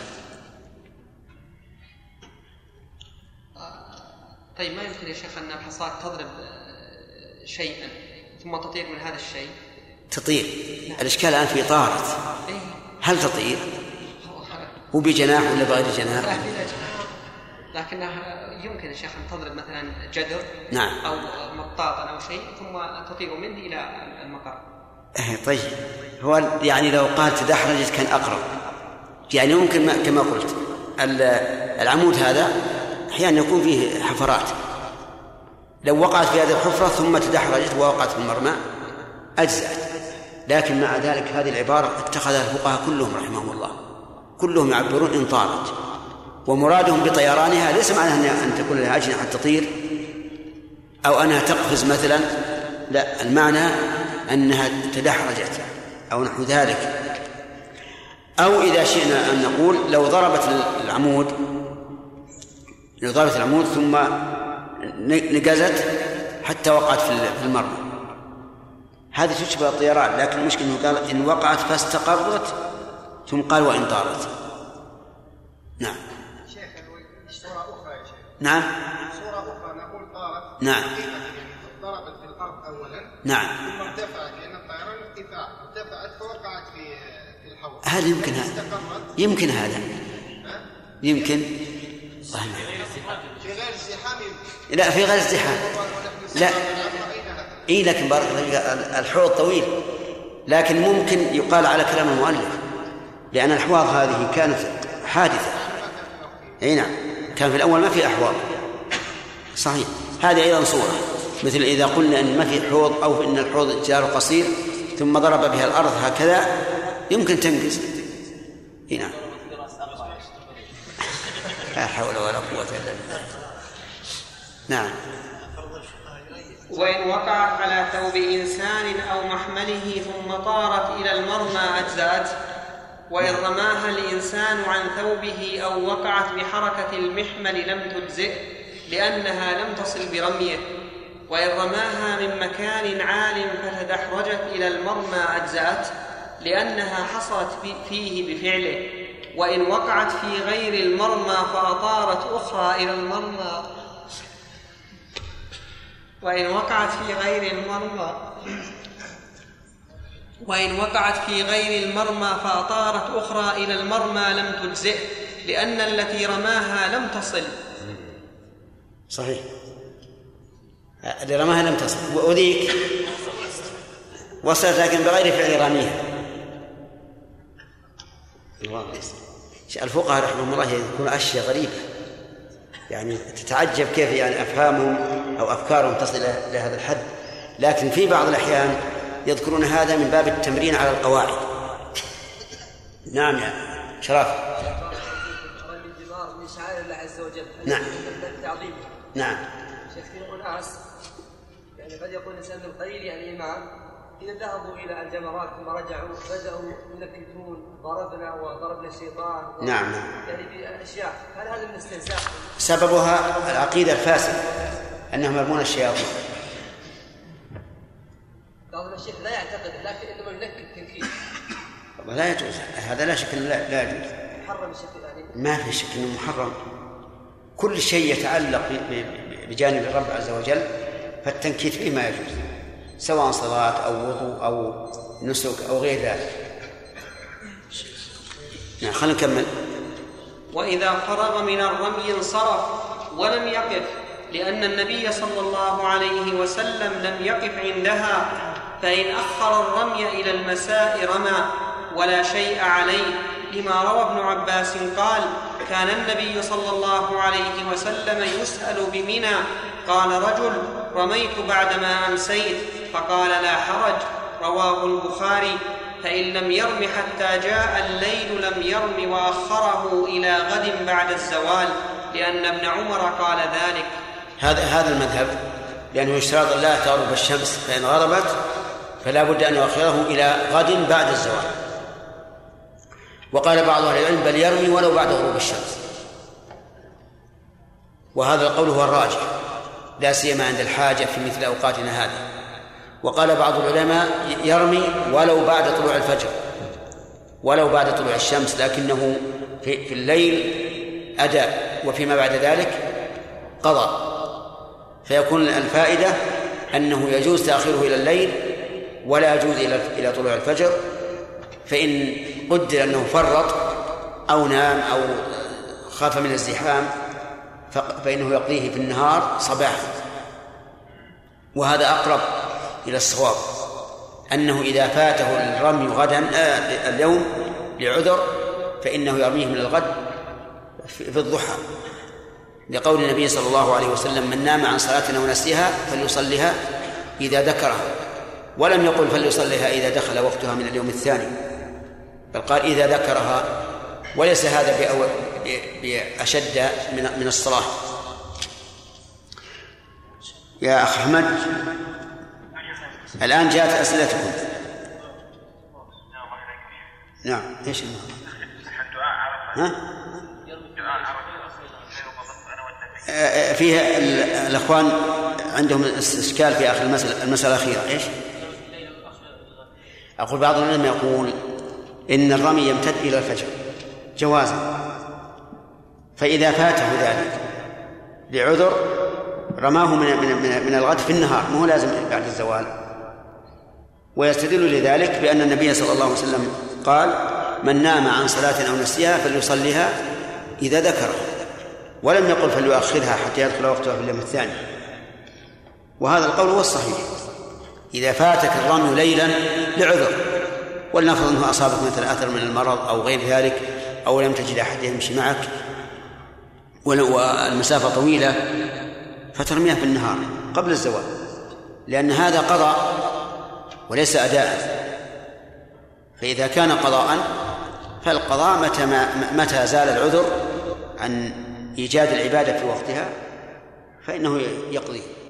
طيب، ما يمكن يا شيخ أن الحصاة تضرب شيئا ثم تطير من هذا الشيء؟ تطير. الإشكال الآن في طارت، هل تطير وبجناح ولا بغير جناح؟ لكنها يمكن يا شيخ أن تضرب مثلا جدر نعم أو مطاطا أو شيء ثم تطير منه إلى المطار. طيب، هو يعني لو قال تدحرجت كان أقرب، يعني ممكن كما قلت العمود هذا أحيانا يكون فيه حفرات، لو وقعت في هذه الحفرة ثم تدحرجت ووقعت في المرمى أجزأت. لكن مع ذلك هذه العبارة اتخذها الفقهاء كلهم رحمهم الله، كلهم يعبرون إن طارت، ومرادهم بطيرانها ليس معناها أن تكون لها أجنحة تطير أو أنها تقفز مثلا، لا، المعنى أنها تدحرجت أو نحو ذلك. أو إذا شئنا أن نقول لو ضربت العمود ثم نقزت حتى وقعت في المرمى. هذه تشبه الطيران، لكن المشكلة أنه قال إن وقعت فاستقرت ثم قال وإن طارت. نعم. شيخ صورة أخرى يا شيخ. نعم. صورة أخرى نقول طارت. نعم. ضربت في الأرض أولا. نعم. ثم ارتفعت لأن الطيران ارتفعت فوقعت في الحوض. هذا يمكن هذا. يمكن هذا. يمكن. في غير الزحام. لا في غير الزحام. لا. إيه لكن بارك الحوض طويل، لكن ممكن يقال على كلام المؤلف لأن الأحواض هذه كانت حادثة. أي نعم، كان في الأول ما في أحواض. صحيح. هذه أيضا صورة، مثل إذا قلنا أن ما في حوض أو إن الحوض جدار قصير ثم ضرب بها الأرض هكذا يمكن تنقص. أي نعم. لا حول ولا قوة إلا بالله. نعم. وإن وقعت على ثوب إنسان أو محمله ثم طارت إلى المرمى أجزأت. وإن رماها الإنسان عن ثوبه أو وقعت بحركة المحمل لم تجزئ لأنها لم تصل برميه. وإن رماها من مكان عال فتدحرجت إلى المرمى أجزأت لأنها حصلت فيه بفعله. وإن وقعت في غير المرمى فأطارت أخرى إلى المرمى وإن وقعت في غير المرمى فأطارت أخرى إلى المرمى لم تجزئ لأن التي رماها لم تصل. صحيح. اللي رماها لم تصل وذيك وصلت لكن بغير فعل رميها. الفقهاء رحمهم الله يذكرون أشياء غريبة، يعني تتعجب كيف يعني أفهامهم أو أفكارهم تصل إلى هذا الحد، لكن في بعض الأحيان يذكرون هذا من باب التمرين على القواعد. نعم يا شرف. من شعائر الله عز وجل. نعم. تعظيم. نعم. شيخ في أناس يعني قد يقول الإنسان القليل يعني الإمام إذا ذهبوا إلى الجمرات ثم رجعوا بدأوا ينكتون ضربنا الشيطان. نعم. يعني بأشياء، هل هذا من استهزاء؟ سببها العقيدة الفاسدة أنهم يرمون الشياطين. بعض الشيخ لا يعتقد لكن إنما ينكت تنكيت. لا يجوز هذا، لا شك لا يجوز. محرم الشيخ يعني. ما في شك إنه محرم. كل شيء يتعلق بجانب الرب عز وجل فالتنكيت فيه ما يجوز، سواء صلاة أو وضوء أو نسك أو غير ذلك. يعني خلينا نكمل. وإذا فرغ من الرمي انصرف ولم يقف لأن النبي صلى الله عليه وسلم لم يقف عندها، فإن أخر الرمي إلى المساء رمى ولا شيء عليه، لما روى ابن عباس قال: كان النبي صلى الله عليه وسلم يسأل بمنى قال رجل: رميت بعدما أمسيت، فقال: لا حرج. رواه البخاري. فإن لم يرم حتى جاء الليل لم يرم وأخره إلى غد بعد الزوال، لأن ابن عمر قال ذلك. هذا المذهب، لأنه يشترط لا تغرب الشمس، فإن غربت فلا بد أن يؤخره إلى غد بعد الزوال. وقال بعض أهل العلم بل يرمي ولو بعد غروب الشمس، وهذا القول هو الراجح لا سيما عند الحاجة في مثل أوقاتنا هذه. وقال بعض العلماء يرمي ولو بعد طلوع الفجر، ولو بعد طلوع الشمس، لكنه في الليل أداء وفيما بعد ذلك قضاء، فيكون الفائدة أنه يجوز تأخيره إلى الليل ولا يجوز إلى طلوع الفجر. فإن قدر أنه فرط أو نام أو خاف من الزحام فإنه يقضيه في النهار صباحا. وهذا أقرب إلى الصواب، أنه إذا فاته الرمي غدا اليوم لعذر فإنه يرميه من الغد في الضحى، لقول النبي صلى الله عليه وسلم: من نام عن صلاتنا ونسيها فليصليها إذا ذكرها، ولم يقل فليصليها إذا دخل وقتها من اليوم الثاني، بل قال إذا ذكرها، وليس هذا بأشد من الصلاة. يا أخ أحمد، الآن جاءت أسئلتكم. نعم. إيش فيها الأخوان عندهم استشكال في آخر المسألة الأخيرة. إيش؟ أقول بعض العلماء يقول إن الرمي يمتد إلى الفجر جوازا، فإذا فاته ذلك لعذر رماه من الغد في النهار، مو لازم بعد الزوال. ويستدل لذلك بأن النبي صلى الله عليه وسلم قال: من نام عن صلاة أو نسيها فليصليها إذا ذكره، ولم يقل فليؤخرها حتى يدخل وقتها في اليوم الثاني. وهذا القول هو الصحيح. إذا فاتك الرمي ليلا لعذر، ولنفرض أنه أصابك مثل أثر من المرض أو غير ذلك، أو لم تجد أحد يمشي معك والمسافة طويلة، فترميها في النهار قبل الزوال، لأن هذا قضاء وليس أداء. فإذا كان قضاء فالقضاء متى زال العذر عن إيجاد العبادة في وقتها فإنه يقضي.